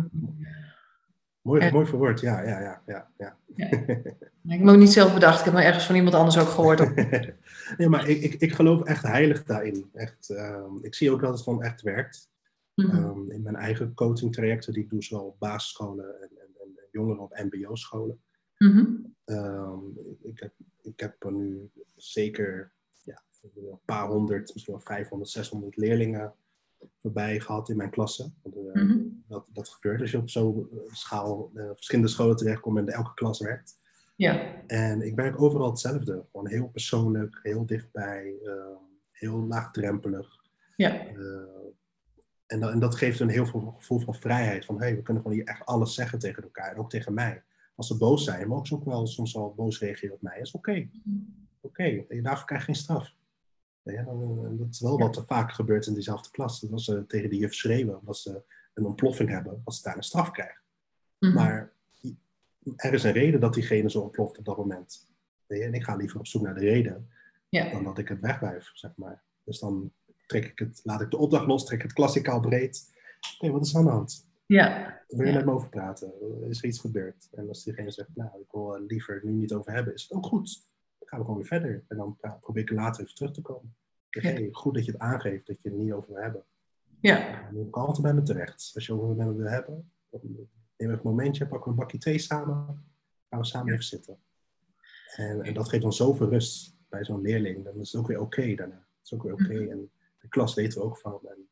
Mooi verwoord, ja. Ik heb me ook niet zelf bedacht, ik heb me ergens van iemand anders ook gehoord. Nee, maar ik geloof echt heilig daarin. Echt, ik zie ook dat het gewoon echt werkt. Mm-hmm. In mijn eigen coaching trajecten die ik doe, zowel op basisscholen en jongeren op mbo-scholen. Mm-hmm. Ik heb er nu zeker een paar honderd, misschien wel 500, 600 leerlingen voorbij gehad in mijn klasse. Dat gebeurt als je op zo'n schaal verschillende scholen terechtkomt en elke klas werkt. Ja. En ik werk overal hetzelfde. Gewoon heel persoonlijk, heel dichtbij, heel laagdrempelig. Ja. En dat geeft een heel veel gevoel van vrijheid. Van we kunnen gewoon hier echt alles zeggen tegen elkaar. En ook tegen mij. Als ze boos zijn, mogen ze ook wel soms al boos reageren op mij. Dat is oké. Daarvoor krijg je geen straf. Ja, dat is wel wat er vaak gebeurt in diezelfde klas. Dat als ze tegen de juf schreeuwen, omdat ze een ontploffing hebben, als ze daar een straf krijgen. Mm-hmm. Maar er is een reden dat diegene zo ontploft op dat moment. En ik ga liever op zoek naar de reden dan dat ik het wegwuif, zeg maar. Dus dan laat ik de opdracht los, trek het klassikaal breed. Oké, wat is er aan de hand? Ja. Wil je met me over praten? Is er iets gebeurd? En als diegene zegt, nou, ik wil liever nu niet over hebben, is het ook goed. Dan gaan we gewoon weer verder. En dan probeer ik later even terug te komen. Hey, goed dat je het aangeeft, dat je het niet over wil hebben. Ja. Dan neem ik altijd bij me terecht. Als je over met me wil hebben, dan neem ik een momentje, pakken we een bakje thee samen, gaan we samen even zitten. En dat geeft dan zoveel rust bij zo'n leerling. Dan is het ook weer oké daarna. Het is ook weer oké. En de klas weet er ook van. En,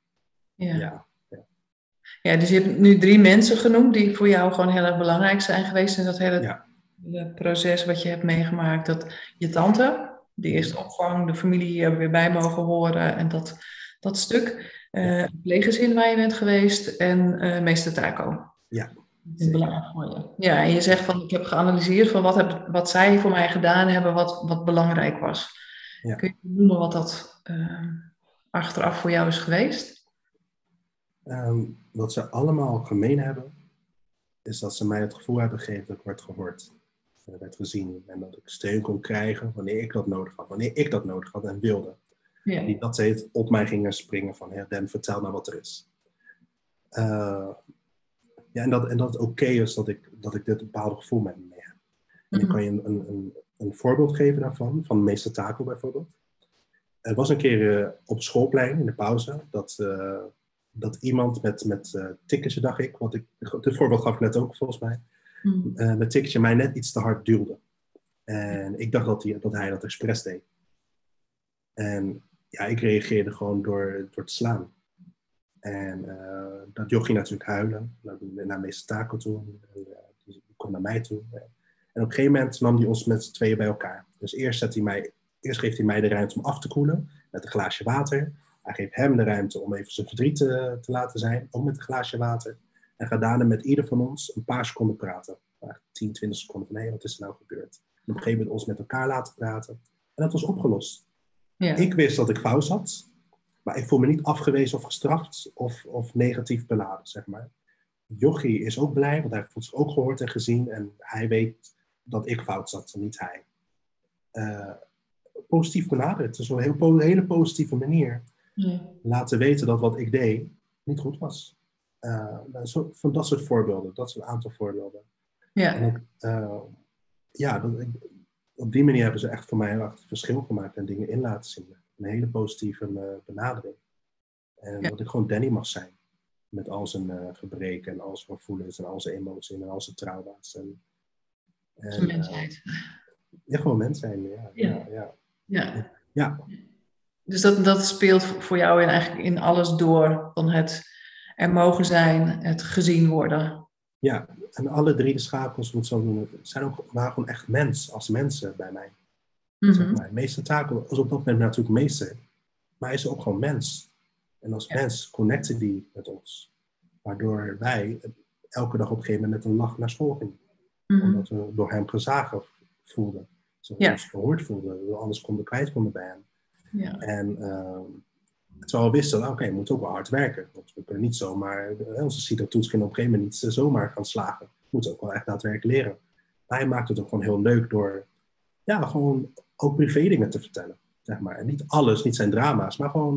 ja, dus je hebt nu 3 mensen genoemd die voor jou gewoon heel erg belangrijk zijn geweest in dat hele proces wat je hebt meegemaakt. Dat je tante, de eerste opvang, de familie er weer bij mogen horen en dat stuk. Het pleeggezin waar je bent geweest en meester Taco. Ja. Belangrijk voor je. Ja, en je zegt van ik heb geanalyseerd van wat zij voor mij gedaan hebben, wat belangrijk was. Ja. Kun je noemen wat dat achteraf voor jou is geweest? Wat ze allemaal gemeen hebben, is dat ze mij het gevoel hebben gegeven dat ik werd gehoord. Werd gezien en dat ik steun kon krijgen wanneer ik dat nodig had en wilde. Ja. Niet dat ze het op mij gingen springen van, Dan, vertel maar wat er is. En dat het oké is dat ik dit bepaalde gevoel met me mee heb. En ik kan je een voorbeeld geven daarvan, van meester Taco bijvoorbeeld. Er was een keer op het schoolplein in de pauze dat iemand met tikketje, dacht ik, dit voorbeeld gaf ik net ook volgens mij, met tikketje mij net iets te hard duwde. En ik dacht dat hij dat expres deed. En ja, ik reageerde gewoon door te slaan. En dat joch ging natuurlijk huilen, naar meester Taco toe, die kwam naar mij toe. En op een gegeven moment nam hij ons met z'n tweeën bij elkaar. Dus eerst geeft hij mij de ruimte om af te koelen met een glaasje water. Hij geeft hem de ruimte om even zijn verdriet te laten zijn, ook met een glaasje water. En gaat daarna met ieder van ons een paar seconden praten. 10, 20 seconden van, hé, wat is er nou gebeurd? En op een gegeven moment ons met elkaar laten praten. En dat was opgelost. Ja. Ik wist dat ik fout had, maar ik voel me niet afgewezen of gestraft of negatief beladen, zeg maar. Jochie is ook blij, want hij voelt zich ook gehoord en gezien. En hij weet dat ik fout zat en niet hij. Positief benaderd. Het is een hele positieve manier. Ja. Laten weten dat wat ik deed niet goed was. Van dat soort voorbeelden. Dat is een aantal voorbeelden. Ja. En op die manier hebben ze echt voor mij heel erg het verschil gemaakt en dingen in laten zien. Een hele positieve benadering. En dat ik gewoon Danny mag zijn. Met al zijn gebreken en al zijn gevoelens en al zijn emoties en al zijn trauma's. Zijn mensheid. Gewoon mens zijn, ja. Dus dat speelt voor jou eigenlijk in alles door. Van het er mogen zijn, het gezien worden. Ja, en alle 3 de schakels, moet ik zo noemen, waren gewoon echt als mensen bij mij. Zeg maar. Meester Taco was op dat moment natuurlijk meester. Maar hij is ook gewoon mens. En als mens connecten die met ons. Waardoor wij elke dag op een gegeven moment met een lach naar school gingen. Omdat we door hem gezagen voelden. Zodat we ons gehoord voelden. We alles kwijt konden bij hem. Ja. En terwijl we wisten, oké, we moeten ook wel hard werken. Want we kunnen niet zomaar, onze CITO-toets kunnen op een gegeven moment niet zomaar gaan slagen. We moeten ook wel echt daadwerkelijk leren. Maar hij maakt het ook gewoon heel leuk door, gewoon ook privé dingen te vertellen. Zeg maar. En niet alles, niet zijn drama's, maar gewoon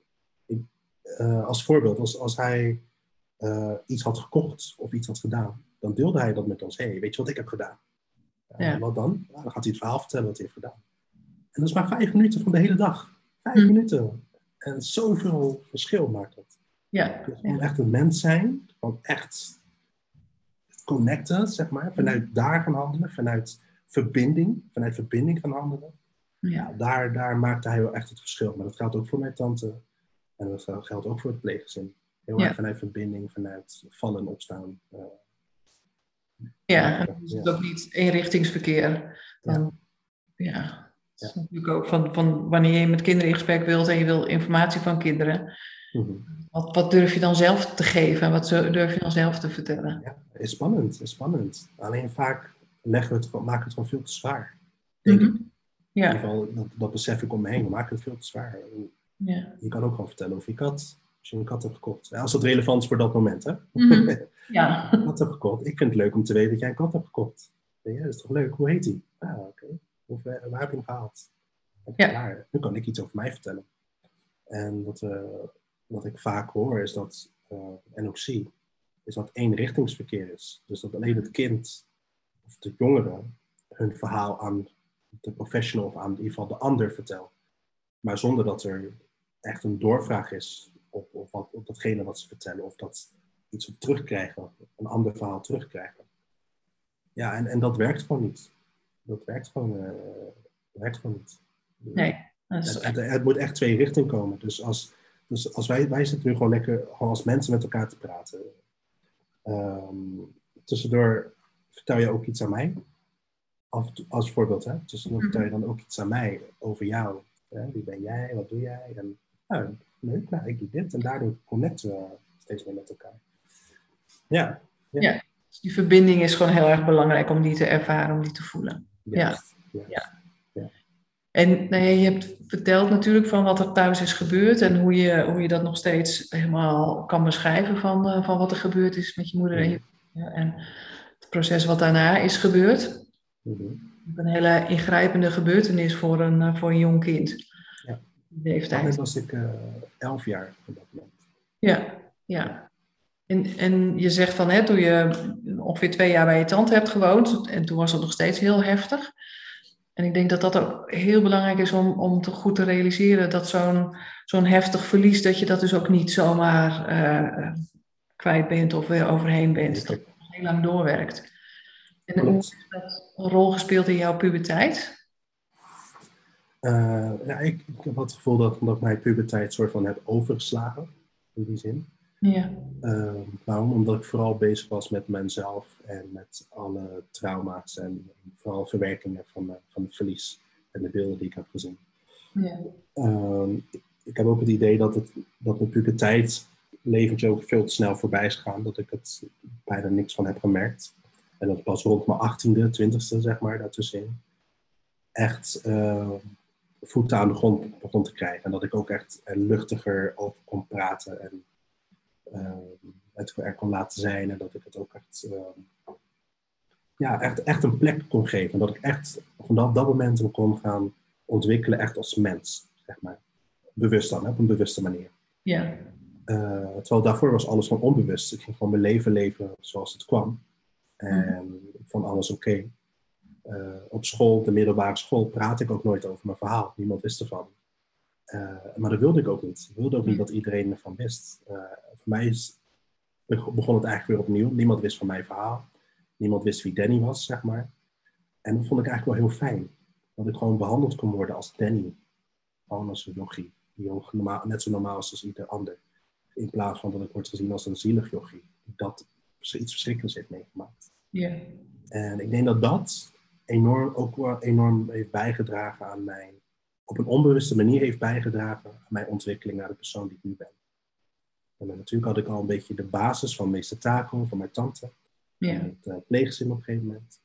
als voorbeeld, als hij iets had gekocht of iets had gedaan, dan deelde hij dat met ons. Hey, weet je wat ik heb gedaan? Wat dan? Dan gaat hij het verhaal vertellen wat hij heeft gedaan. En dat is maar 5 minuten van de hele dag. 5 minuten. En zoveel verschil maakt dat. Ja. Dus gewoon echt een mens zijn. Gewoon echt connecten, zeg maar. Vanuit daar gaan handelen. Vanuit verbinding gaan handelen. Ja, daar maakte hij wel echt het verschil. Maar dat geldt ook voor mijn tante. En dat geldt ook voor het pleeggezin. Heel erg vanuit verbinding, vanuit vallen en opstaan. En dan is het ook niet eenrichtingsverkeer. Dan, Het is natuurlijk ook van wanneer je met kinderen in gesprek wilt en je wil informatie van kinderen. Wat durf je dan zelf te geven en wat durf je dan zelf te vertellen? Ja, is spannend. Alleen vaak maken we het gewoon veel te zwaar. Denk ik. Ja. In ieder geval, dat besef ik om me heen. We maken het veel te zwaar. Je kan ook gewoon vertellen over je kat. Als je een kat hebt gekocht. Ja, als dat relevant is voor dat moment, hè? Ja. Een kat heb gekocht. Ik vind het leuk om te weten dat jij een kat hebt gekocht. Ja, dat is toch leuk? Hoe heet die? Ah, oké. Waar heb je hem gehaald? Klaar. Nu kan ik iets over mij vertellen. En wat ik vaak hoor is dat, en ook zie, is dat eenrichtingsverkeer is. Dus dat alleen het kind of de jongere hun verhaal aan de professional of aan in ieder geval de ander vertelt. Maar zonder dat er echt een doorvraag is op datgene wat ze vertellen. Of dat iets op terugkrijgen, een ander verhaal terugkrijgen. Ja, en dat werkt gewoon niet. Dat werkt gewoon niet. Nee. Het moet echt twee richtingen komen. Dus als wij zitten nu gewoon lekker als mensen met elkaar te praten. Tussendoor vertel je ook iets aan mij. Als voorbeeld, hè. Tussendoor vertel je dan ook iets aan mij over jou. Wie ben jij? Wat doe jij? En leuk, ik doe dit. En daardoor connecten we steeds meer met elkaar. Ja. Dus die verbinding is gewoon heel erg belangrijk om die te ervaren, om die te voelen. Yes. Ja. En nou ja, je hebt verteld natuurlijk van wat er thuis is gebeurd en hoe je dat nog steeds helemaal kan beschrijven van wat er gebeurd is met je moeder en het proces wat daarna is gebeurd. Een hele ingrijpende gebeurtenis voor een jong kind. Ja. Leeftijd. Toen was ik 11 jaar op dat moment. Ja. En je zegt van, toen je ongeveer 2 jaar bij je tante hebt gewoond, en toen was het nog steeds heel heftig. En ik denk dat dat ook heel belangrijk is om te goed te realiseren dat zo'n heftig verlies, dat je dat dus ook niet zomaar kwijt bent of weer overheen bent. Dat het heel lang doorwerkt. En hoe heeft dat een rol gespeeld in jouw puberteit? Ik heb het gevoel dat mijn puberteit soort van heb overgeslagen, in die zin. Ja. Waarom? Omdat ik vooral bezig was met mezelf en met alle trauma's en vooral verwerkingen van het verlies en de beelden die ik heb gezien. Ja. Ik heb ook het idee dat mijn puberteit leventje ook veel te snel voorbij is gegaan, dat ik het bijna niks van heb gemerkt. En dat pas rond mijn 18e, 20e, zeg maar, daartussenin echt voeten aan de grond begon te krijgen. En dat ik ook echt luchtiger over kon praten en het er kon laten zijn. En dat ik het ook echt een plek kon geven. En dat ik echt vanaf dat moment me kon gaan ontwikkelen echt als mens, zeg maar. Bewust dan, op een bewuste manier. Ja. Terwijl daarvoor was alles gewoon onbewust. Ik ging gewoon mijn leven zoals het kwam. En ik vond alles oké. Op school, de middelbare school, praatte ik ook nooit over mijn verhaal. Niemand wist ervan. Maar dat wilde ik ook niet. Ik wilde ook niet dat iedereen ervan wist. Voor mij begon het eigenlijk weer opnieuw. Niemand wist van mijn verhaal. Niemand wist wie Danny was, zeg maar. En dat vond ik eigenlijk wel heel fijn. Dat ik gewoon behandeld kon worden als Danny. Gewoon als een yogi. Die ook net zo normaal is als ieder ander. In plaats van dat ik word gezien als een zielig yogi. Dat iets verschrikkelijks heeft meegemaakt. Ja. En ik denk dat dat enorm heeft bijgedragen aan mijn... op een onbewuste manier heeft bijgedragen aan mijn ontwikkeling naar de persoon die ik nu ben. En natuurlijk had ik al een beetje de basis van meester Taco, van mijn tante. Ja. Het pleeggezin op een gegeven moment.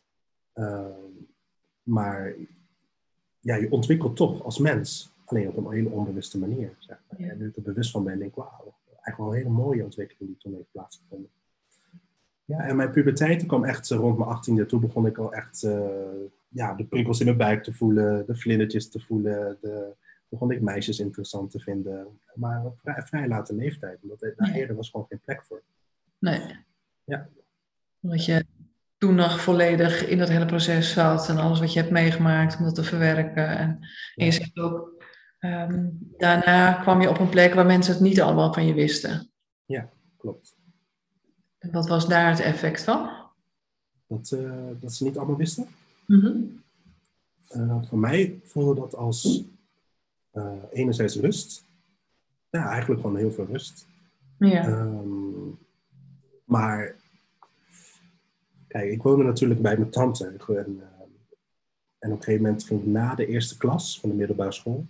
Maar ja, je ontwikkelt toch als mens. Alleen op een hele onbewuste manier. Zeg maar. En nu ik er bewust van ben, denk ik, wauw. Eigenlijk wel een hele mooie ontwikkeling die toen heeft plaatsgevonden. Ja, en mijn puberteit kwam echt rond mijn 18e. Toen begon ik al echt de prikkels in mijn buik te voelen. De vlindertjes te voelen. Begon ik meisjes interessant te vinden. Maar op vrij late leeftijd. Omdat daar eerder was gewoon geen plek voor. Nee. Ja. Omdat je toen nog volledig in dat hele proces zat. En alles wat je hebt meegemaakt om dat te verwerken. En je zegt ook, daarna kwam je op een plek waar mensen het niet allemaal van je wisten. Ja, klopt. En wat was daar het effect van? Dat ze niet allemaal wisten? Mm-hmm. Voor mij voelde dat als enerzijds rust. Ja, eigenlijk gewoon heel veel rust. Ja. Maar kijk, ik woonde natuurlijk bij mijn tante. En op een gegeven moment ging ik na de eerste klas van de middelbare school.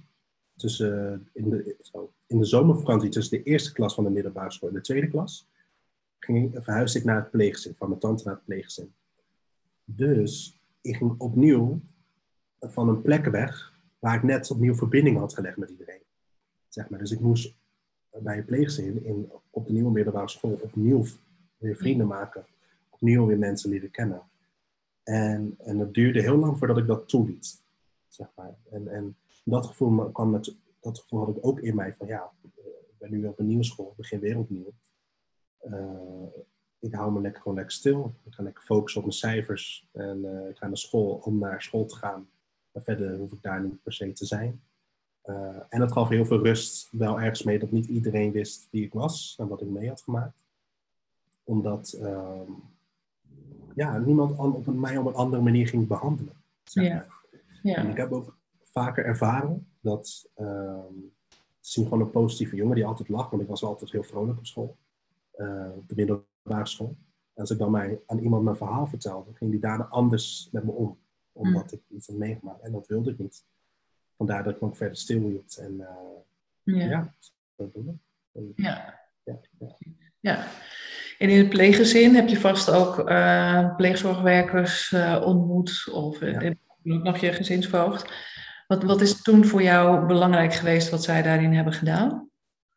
In de zomervakantie tussen de eerste klas van de middelbare school en de tweede klas. Verhuisde ik naar het pleeggezin, van mijn tante naar het pleeggezin. Dus ik ging opnieuw van een plek weg waar ik net opnieuw verbinding had gelegd met iedereen. Zeg maar. Dus ik moest bij een pleegzin op de nieuwe middelbare school opnieuw weer vrienden maken. Opnieuw weer mensen leren kennen. En het duurde heel lang voordat ik dat toeliet. Zeg maar. En dat gevoel dat gevoel had ik ook in mij van ik ben nu op een nieuwe school, ik begin weer opnieuw. Ik hou me gewoon lekker stil. Ik ga lekker focussen op mijn cijfers. En ik ga naar school om naar school te gaan. Maar verder hoef ik daar niet per se te zijn. En dat gaf heel veel rust wel ergens mee dat niet iedereen wist wie ik was en wat ik mee had gemaakt. Omdat niemand mij op een andere manier ging behandelen. Zeg maar. Ja. En ik heb ook vaker ervaren dat zie gewoon een positieve jongen die altijd lacht, want ik was altijd heel vrolijk op school. Op de middelbare school. En als ik dan aan iemand mijn verhaal vertelde, ging die daarna anders met me om. Omdat ik iets had meegemaakt. En dat wilde ik niet. Vandaar dat ik me ook verder stilhield. En dat doen we. Ja. En in het pleeggezin heb je vast ook pleegzorgwerkers ontmoet of nog je gezinsvoogd. Wat is toen voor jou belangrijk geweest wat zij daarin hebben gedaan?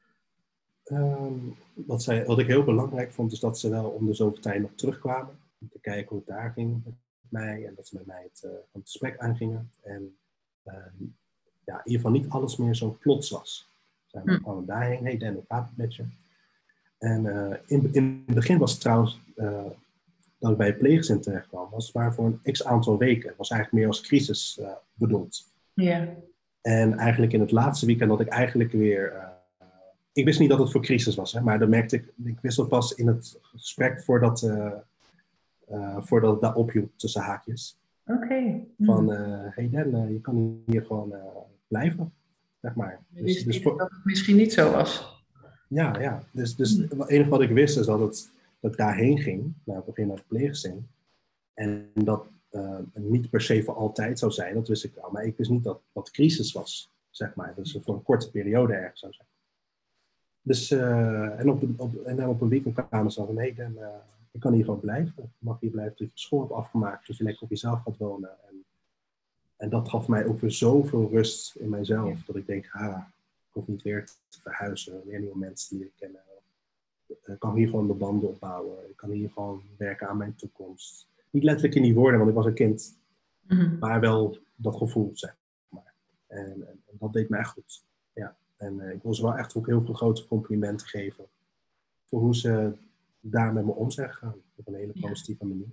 Wat ik heel belangrijk vond, is dat ze wel om de zoveel tijd nog terugkwamen. Om te kijken hoe het daar ging met mij. En dat ze met mij het gesprek aangingen. En in ieder geval niet alles meer zo plots was. Zij kwamen daarheen. Hey Dan, hoe gaat het met je? En in het begin was het trouwens, dat ik bij het pleeggezin terecht kwam, was maar voor een x-aantal weken. Het was eigenlijk meer als crisis bedoeld. Ja. En eigenlijk in het laatste weekend dat ik eigenlijk weer... ik wist niet dat het voor crisis was, hè, maar dan merkte ik wist dat pas in het gesprek voordat het daar ophield tussen haakjes. Oké. Van, hey Dan, je kan hier gewoon blijven, zeg maar. Dus dat het misschien niet zo was. Ja. Dus het enige wat ik wist is dat ik daarheen ging, het begin naar het pleeggezin. En dat niet per se voor altijd zou zijn, dat wist ik wel. Maar ik wist niet dat dat crisis was, zeg maar. Dus voor een korte periode ergens zou zijn. Dus, en op een weekend kwamen ze van, hey Dan, je kan hier gewoon blijven. Je mag hier blijven tot je school hebt afgemaakt, dat je lekker op jezelf gaat wonen. En dat gaf mij ook weer zoveel rust in mijzelf, dat ik denk, ik hoef niet weer te verhuizen, weer nieuwe mensen die ik ken. Ik kan hier gewoon de banden opbouwen. Ik kan hier gewoon werken aan mijn toekomst. Niet letterlijk in die woorden, want ik was een kind. Maar wel dat gevoel, zeg maar. En dat deed me echt goed. Ja. En ik wil ze wel echt ook heel veel grote complimenten geven. Voor hoe ze daar met me om zijn gegaan. Op een hele positieve manier.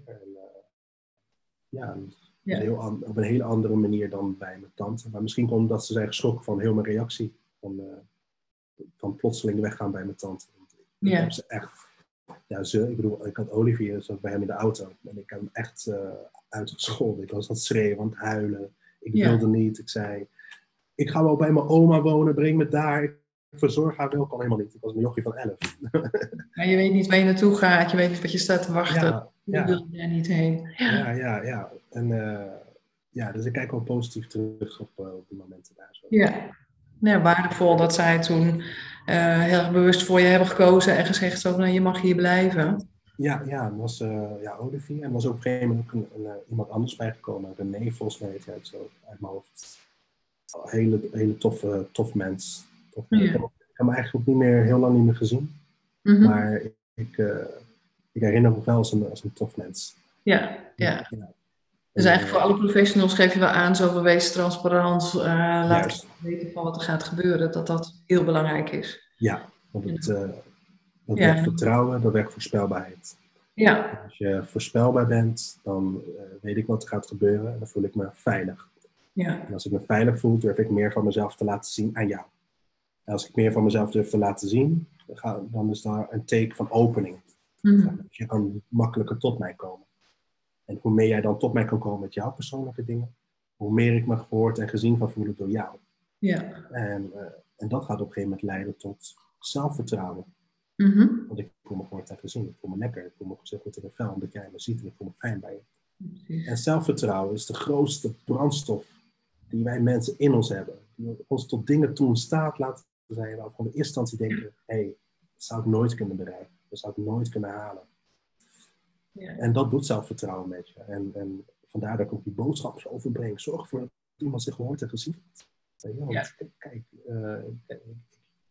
En, op een hele andere manier dan bij mijn tante. Maar misschien komt dat ze zijn geschrokken van heel mijn reactie. Van plotseling weggaan bij mijn tante. Ik heb ze echt... ik had Olivier, zat bij hem in de auto. En ik heb hem echt uitgescholden. Ik was aan het schreeuwen, aan het huilen. Ik wilde niet. Ik zei, ik ga wel bij mijn oma wonen, breng me daar. Ik verzorg haar wel, kan helemaal niet. Ik was een jochie van 11. Maar je weet niet waar je naartoe gaat. Je weet niet wat je staat te wachten. Je wil daar niet heen. Ja. En dus ik kijk wel positief terug op die momenten daar. Zo. Ja, waardevol dat zij toen heel erg bewust voor je hebben gekozen en gezegd zo, je mag hier blijven. Ja, dat was Olivier. En er was ook op een gegeven moment ook iemand anders bijgekomen. René, volgens mij heet hij het zo uit mijn hoofd. Hele tof mens. Ik heb hem eigenlijk ook heel lang niet meer gezien. Maar ik herinner me wel als een tof mens. Ja. Dus eigenlijk voor alle professionals geef je wel aan, zo wees transparant, laat weten van wat er gaat gebeuren, dat heel belangrijk is. Ja, want dat werkt vertrouwen, dat werkt voorspelbaarheid. Ja. En als je voorspelbaar bent, dan weet ik wat er gaat gebeuren en dan voel ik me veilig. Ja. En als ik me veilig voel, durf ik meer van mezelf te laten zien aan jou. En als ik meer van mezelf durf te laten zien, dan is daar een teken van opening. Dus je kan makkelijker tot mij komen. En hoe meer jij dan tot mij kan komen met jouw persoonlijke dingen, hoe meer ik me gehoord en gezien kan voelen door jou. Ja. En dat gaat op een gegeven moment leiden tot zelfvertrouwen. Want ik voel me gehoord en gezien. Ik voel me lekker. Ik voel me gezegd goed in mijn vel, omdat jij me ziet en ik voel me fijn bij je. Precies. En zelfvertrouwen is de grootste brandstof die wij mensen in ons hebben. Die ons tot dingen toe in staat laten zijn. Waar we van de eerste instantie denken, dat zou ik nooit kunnen bereiken. Dat zou ik nooit kunnen halen. Ja. En dat doet zelfvertrouwen met je. En vandaar dat ik ook die boodschap overbreng. Zorg ervoor dat iemand zich gehoord en gezien heeft. Want kijk,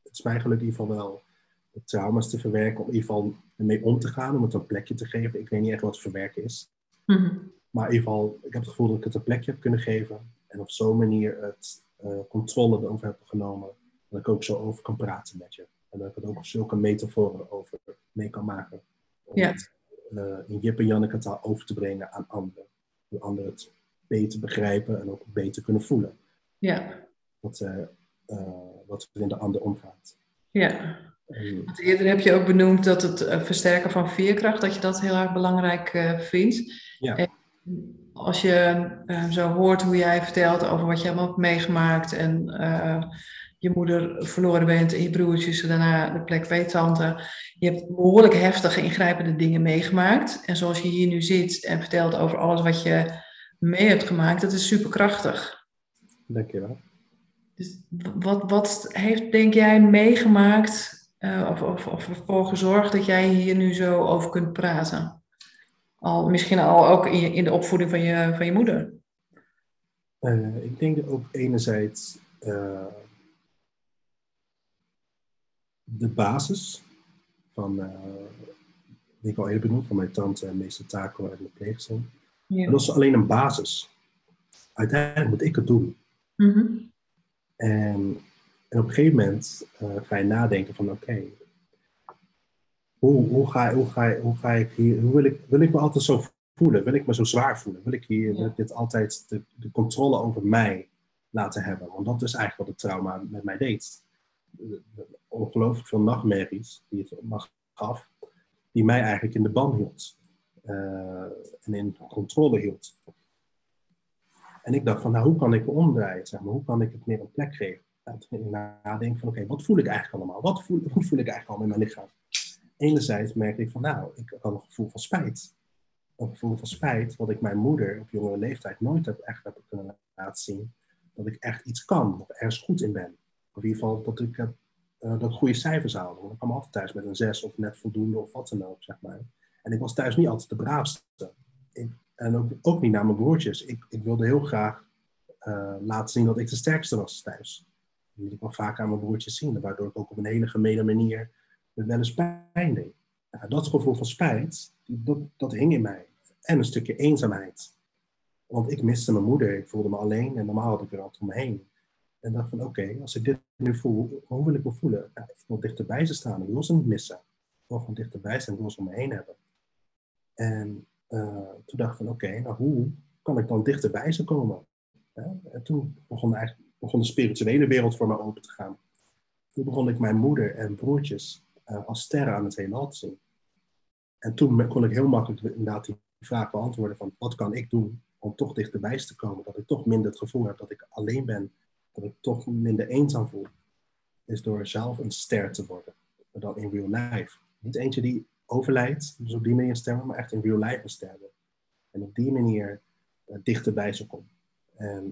het is mij gelukt in ieder geval wel de trauma's te verwerken, om in ieder geval ermee om te gaan, om het een plekje te geven. Ik weet niet echt wat verwerken is. Maar in ieder geval, ik heb het gevoel dat ik het een plekje heb kunnen geven. En op zo'n manier het controle erover heb genomen. Dat ik ook zo over kan praten met je. En dat ik er ook zulke metaforen over mee kan maken. Om het in Jip en Janneke taal over te brengen aan anderen. Om anderen het beter begrijpen en ook beter kunnen voelen. Ja. Wat er in de ander omgaat. Ja. Want eerder heb je ook benoemd dat het versterken van veerkracht, dat je dat heel erg belangrijk vindt. Ja. En als je zo hoort hoe jij vertelt over wat je allemaal hebt meegemaakt en je moeder verloren bent en je broertjes daarna de plek bij je tante. Je hebt behoorlijk heftige, ingrijpende dingen meegemaakt. En zoals je hier nu zit en vertelt over alles wat je mee hebt gemaakt, dat is superkrachtig. Dankjewel. Dus wat heeft, denk jij, meegemaakt of ervoor gezorgd dat jij hier nu zo over kunt praten? Misschien al ook in de opvoeding van je moeder. Ik denk dat ook enerzijds de basis van, die ik al eerder benoemd, van mijn tante en meester Taco en de pleegzin. Ja. Maar dat is alleen een basis. Uiteindelijk moet ik het doen. En op een gegeven moment ga je nadenken van oké, hoe wil ik me altijd zo voelen? Wil ik me zo zwaar voelen? Wil ik dit altijd de controle over mij laten hebben? Want dat is eigenlijk wat het trauma met mij deed. Ongelooflijk veel nachtmerries die het gaf, die mij eigenlijk in de ban hield. En in controle hield. En ik dacht van, nou, hoe kan ik me omdraaien? Zeg maar? Hoe kan ik het meer een plek geven? Nou, toen ging ik nadenken van, oké, wat voel ik eigenlijk allemaal? Wat voel ik eigenlijk allemaal in mijn lichaam? Enerzijds merkte ik van, nou, ik had een gevoel van spijt. Een gevoel van spijt, wat ik mijn moeder op jongere leeftijd nooit heb kunnen laten zien. Dat ik echt iets kan, of ergens goed in ben. Of in ieder geval dat ik goede cijfers haalde. Want ik kwam altijd thuis met een 6 of net voldoende of wat dan ook, zeg maar. En ik was thuis niet altijd de braafste. En ook niet naar mijn broertjes. Ik wilde heel graag laten zien dat ik de sterkste was thuis. Dat liet ik wel vaak aan mijn broertjes zien. Waardoor ik ook op een hele gemene manier me wel eens pijn deed. Nou, dat gevoel van spijt, dat hing in mij. En een stukje eenzaamheid. Want ik miste mijn moeder. Ik voelde me alleen. En normaal had ik er altijd om me heen. En dacht van oké, als ik dit nu voel, hoe wil ik me voelen? Nou, ik wil dichterbij ze staan. Ik wil ze niet missen. Ik wil gewoon dichterbij staan. Ik wil ze om me heen hebben. En toen dacht ik van oké, nou hoe kan ik dan dichterbij ze komen? En toen begon de spirituele wereld voor mij open te gaan. Toen begon ik mijn moeder en broertjes als sterren aan het heelal te zien. En toen kon ik heel makkelijk inderdaad die vraag beantwoorden van wat kan ik doen om toch dichterbij te komen? Dat ik toch minder het gevoel heb dat ik alleen ben. Dat ik toch minder eenzaam voel. Is door zelf een ster te worden. Maar dan in real life. Niet eentje die overlijdt, dus op die manier sterven, maar echt in real life een ster worden. En op die manier dichterbij ze komen. En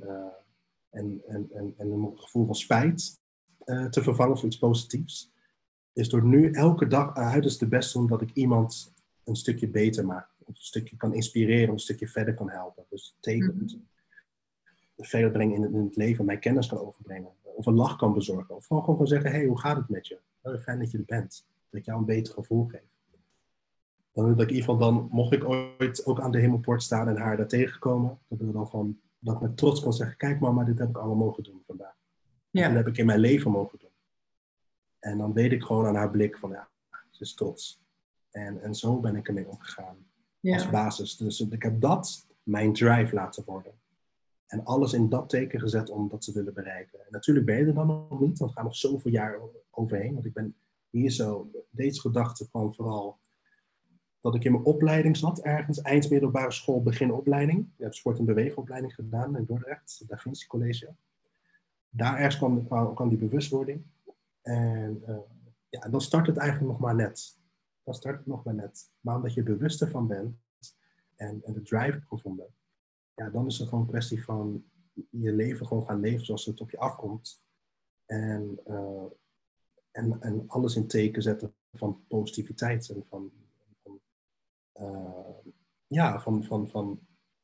een gevoel van spijt te vervangen voor iets positiefs. Is door nu elke dag uiterst de best te doen dat ik iemand een stukje beter maak. Of een stukje kan inspireren, een stukje verder kan helpen. Dus verder brengen in het leven, mijn kennis kan overbrengen. Of een lach kan bezorgen. Of gewoon kan zeggen, hey, hoe gaat het met je? Fijn dat je er bent. Dat ik jou een beter gevoel geef. Dan dat ik in ieder geval dan, mocht ik ooit ook aan de hemelpoort staan en haar daar tegenkomen, dat ik dan gewoon, dat ik met trots kan zeggen, kijk mama, dit heb ik allemaal mogen doen vandaag. Ja. Dat heb ik in mijn leven mogen doen. En dan weet ik gewoon aan haar blik van, ja, ze is trots. En zo ben ik ermee omgegaan. Ja. Als basis. Dus ik heb dat mijn drive laten worden. En alles in dat teken gezet om dat te willen bereiken. En natuurlijk ben je er dan nog niet, want er gaan nog zoveel jaar overheen. Want ik ben hier zo, deze gedachte kwam vooral dat ik in mijn opleiding zat, ergens eind middelbare school, beginopleiding. Ik heb sport- en beweegopleiding gedaan in Dordrecht, Da Vinci College. Daar ergens kwam die bewustwording. En dan start het eigenlijk nog maar net. Maar omdat je bewust ervan bent en de drive hebt gevonden, ja, dan is het gewoon een kwestie van je leven gewoon gaan leven zoals het op je afkomt. En alles in teken zetten van positiviteit en van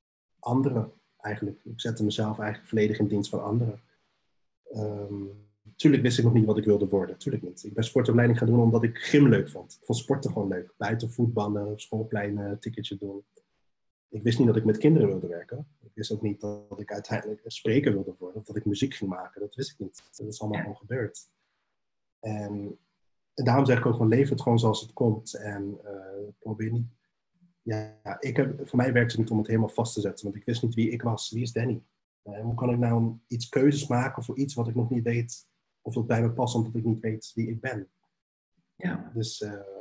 anderen eigenlijk. Ik zette mezelf eigenlijk volledig in dienst van anderen. Tuurlijk wist ik nog niet wat ik wilde worden. Tuurlijk niet. Ik ben sportopleiding gaan doen omdat ik gym leuk vond. Ik vond sporten gewoon leuk. Buiten voetballen, schoolpleinen, ticketje doen. Ik wist niet dat ik met kinderen wilde werken. Ik wist ook niet dat ik uiteindelijk een spreker wilde worden. Of dat ik muziek ging maken. Dat wist ik niet. Dat is allemaal gewoon gebeurd. En daarom zeg ik ook van leef het gewoon zoals het komt. En probeer niet... Ja, voor mij werkte het niet om het helemaal vast te zetten. Want ik wist niet wie ik was. Wie is Danny? Hoe kan ik nou iets keuzes maken voor iets wat ik nog niet weet of dat bij me past, omdat ik niet weet wie ik ben. Ja. Dus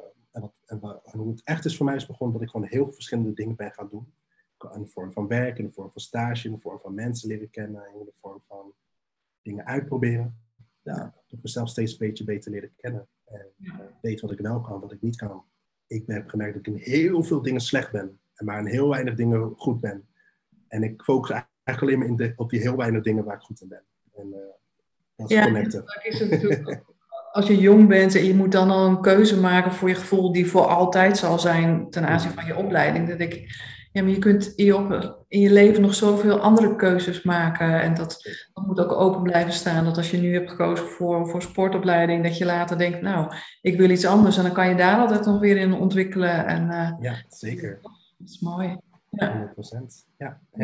en hoe het echt is voor mij is begonnen dat ik gewoon heel veel verschillende dingen ben gaan doen. In de vorm van werk, in de vorm van stage, in de vorm van mensen leren kennen, in de vorm van dingen uitproberen. Ja, dat ik mezelf steeds een beetje beter leren kennen. En weet wat ik wel kan, wat ik niet kan. Ik heb gemerkt dat ik in heel veel dingen slecht ben. En maar in heel weinig dingen goed ben. En ik focus eigenlijk alleen maar op die heel weinig dingen waar ik goed in ben. En dat is connecten. Is het natuurlijk, als je jong bent en je moet dan al een keuze maken voor je gevoel die voor altijd zal zijn ten aanzien van je opleiding. Dat maar je kunt in je leven nog zoveel andere keuzes maken. En dat moet ook open blijven staan. Dat als je nu hebt gekozen voor sportopleiding, dat je later denkt, nou, ik wil iets anders. En dan kan je daar altijd nog weer in ontwikkelen. En, ja, zeker. Dat is mooi. Ja. 100%.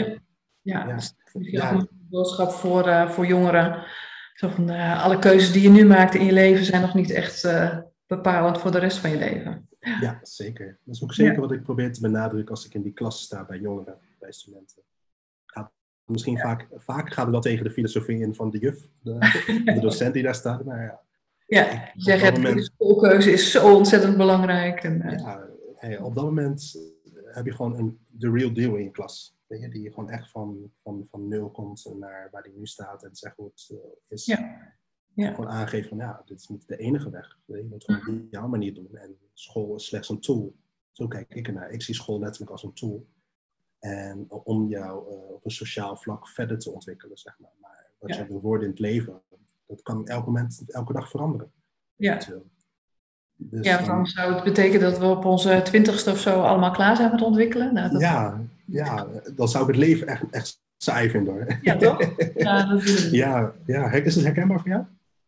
Ja. Dus misschien ook een boodschap voor jongeren. Zo van, alle keuzes die je nu maakt in je leven zijn nog niet echt bepalend voor de rest van je leven. Ja, zeker. Dat is ook zeker wat ik probeer te benadrukken als ik in die klas sta bij jongeren, bij studenten. Misschien vaak gaat het wel tegen de filosofie in van de juf, de docent die daar staat. Maar je zegt de schoolkeuze is zo ontzettend belangrijk. En, op dat moment heb je gewoon de real deal in je klas. Weet je, die gewoon echt van nul komt naar waar die nu staat en zegt hoe het is. Gewoon aangeven van dit is niet de enige weg. Je moet het gewoon op jouw manier doen. En school is slechts een tool. Zo kijk ik ernaar. Ik zie school letterlijk als een tool. En om jou op een sociaal vlak verder te ontwikkelen, zeg maar. Maar wat je wil worden in het leven, dat kan elke dag veranderen. Ja. Dus, want anders zou het betekenen dat we op onze 20ste of zo allemaal klaar zijn met ontwikkelen. Nou, dan zou ik het leven echt saai vinden hoor. Ja, toch? Ja, dat bedoel ik. Is het herkenbaar voor jou?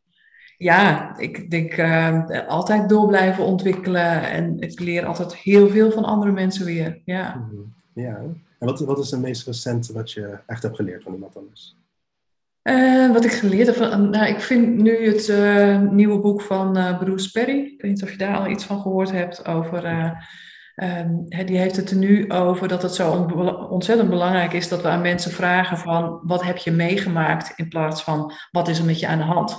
Ja, ik denk altijd door blijven ontwikkelen en ik leer altijd heel veel van andere mensen weer. Ja. En wat is het meest recente wat je echt hebt geleerd van iemand anders? Wat ik geleerd heb, ik vind nu het nieuwe boek van Bruce Perry. Ik weet niet of je daar al iets van gehoord hebt over. Die heeft het er nu over dat het zo ontzettend belangrijk is dat we aan mensen vragen van wat heb je meegemaakt in plaats van wat is er met je aan de hand.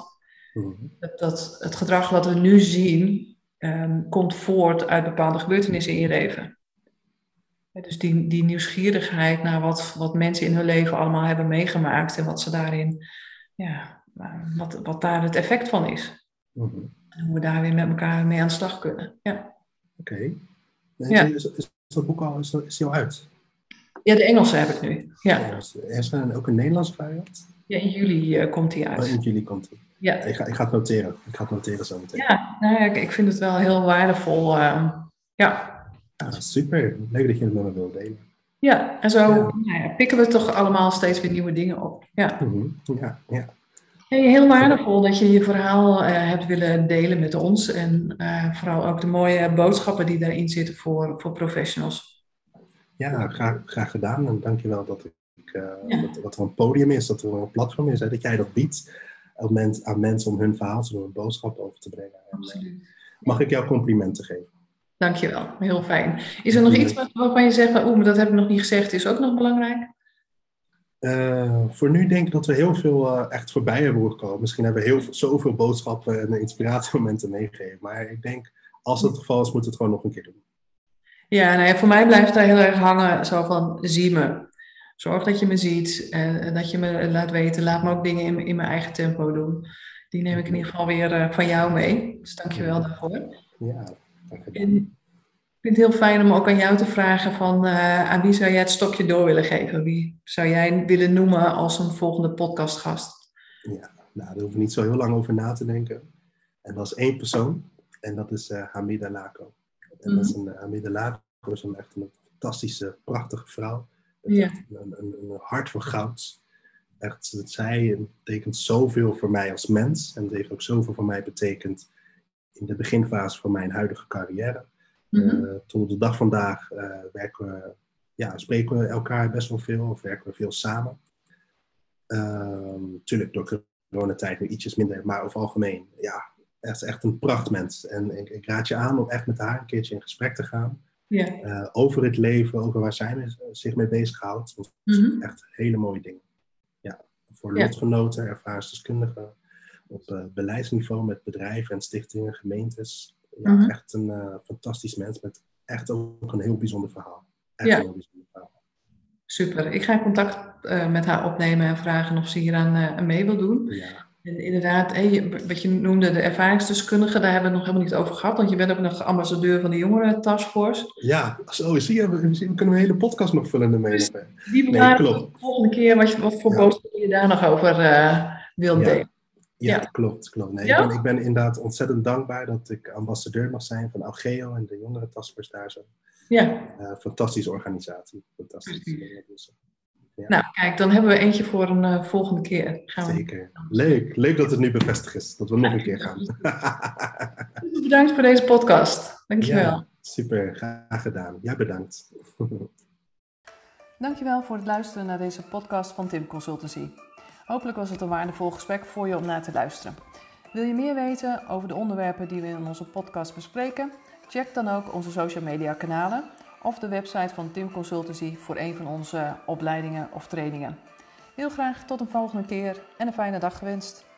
Dat het gedrag wat we nu zien komt voort uit bepaalde gebeurtenissen in je leven. Dus die nieuwsgierigheid naar wat mensen in hun leven allemaal hebben meegemaakt en wat ze daarin, wat daar het effect van is. En hoe we daar weer met elkaar mee aan de slag kunnen. Ja. Oké. Is dat boek is die al uit? Ja, de Engelse heb ik nu. Ja. Is er ook een Nederlandse variant? Ja, in juli komt die uit. In juli komt die. Ja. Ik ga het noteren. Ik ga het noteren zo meteen. Ja, ik vind het wel heel waardevol. Super. Leuk dat je het met me wilt delen. Ja, en zo pikken we toch allemaal steeds weer nieuwe dingen op. Ja. Heel waardevol dat je je verhaal hebt willen delen met ons. En vooral ook de mooie boodschappen die daarin zitten voor professionals. Ja, graag gedaan. En dankjewel dat dat er een podium is, dat er een platform is. Hè, dat jij dat biedt aan mensen om hun verhaal, om hun boodschap over te brengen. Absoluut. Mag ik jou complimenten geven? Dankjewel, heel fijn. Is er nog iets waarvan je zegt, maar dat heb ik nog niet gezegd, is ook nog belangrijk? Voor nu denk ik dat we heel veel echt voorbij hebben gekomen. Misschien hebben we zoveel boodschappen en inspiratiemomenten meegegeven. Maar ik denk, als dat het geval is, moeten we het gewoon nog een keer doen. Ja, voor mij blijft daar heel erg hangen, zo van, zie me. Zorg dat je me ziet en dat je me laat weten. Laat me ook dingen in mijn eigen tempo doen. Die neem ik in ieder geval weer van jou mee. Dus dankjewel daarvoor. Ja, en ik vind het heel fijn om ook aan jou te vragen van aan wie zou jij het stokje door willen geven? Wie zou jij willen noemen als een volgende podcastgast? Ja, daar hoef ik niet zo heel lang over na te denken. En dat is één persoon. En dat is Hamida Lako. En dat is Hamida Lako is echt een fantastische, prachtige vrouw. Met echt een hart van goud. Echt, zij betekent zoveel voor mij als mens. En het heeft ook zoveel voor mij betekend in de beginfase van mijn huidige carrière. Tot op de dag vandaag spreken we elkaar best wel veel of werken we veel samen. Natuurlijk door coronatijd nu ietsjes minder, maar over het algemeen, ja, echt een prachtmens. En ik raad je aan om echt met haar een keertje in gesprek te gaan. Ja. Over het leven, over waar zij zich mee bezighoudt. Want het is echt hele mooie dingen. Ja, voor lotgenoten, ervaringsdeskundigen, op beleidsniveau met bedrijven en stichtingen, gemeentes. Ja, echt een fantastisch mens met echt ook een heel bijzonder verhaal. Echt een heel bijzonder verhaal. Super. Ik ga contact met haar opnemen en vragen of ze hier aan mee wil doen. Ja. En inderdaad, wat je noemde, de ervaringsdeskundige, daar hebben we het nog helemaal niet over gehad, want je bent ook nog ambassadeur van de Jongeren Taskforce. Ja, zo zie je, we kunnen een hele podcast nog vullen ermee. Dus die bewaren we de volgende keer, wat voor boodschappen je daar nog over wilt delen. Ja, klopt. Nee, ik ben inderdaad ontzettend dankbaar dat ik ambassadeur mag zijn van Algeo en de Jongeren Taskforce daar zo. Ja. Fantastische organisatie. Fantastisch. Ja. Nou, kijk, dan hebben we eentje voor een volgende keer. Zeker. Leuk dat het nu bevestigd is. Dat we nog een keer gaan. Bedankt voor deze podcast. Dankjewel. Ja, super, graag gedaan. Jij bedankt. Dankjewel voor het luisteren naar deze podcast van Tim Consultancy. Hopelijk was het een waardevol gesprek voor je om naar te luisteren. Wil je meer weten over de onderwerpen die we in onze podcast bespreken? Check dan ook onze social media kanalen of de website van Tim Consultancy voor een van onze opleidingen of trainingen. Heel graag tot een volgende keer en een fijne dag gewenst.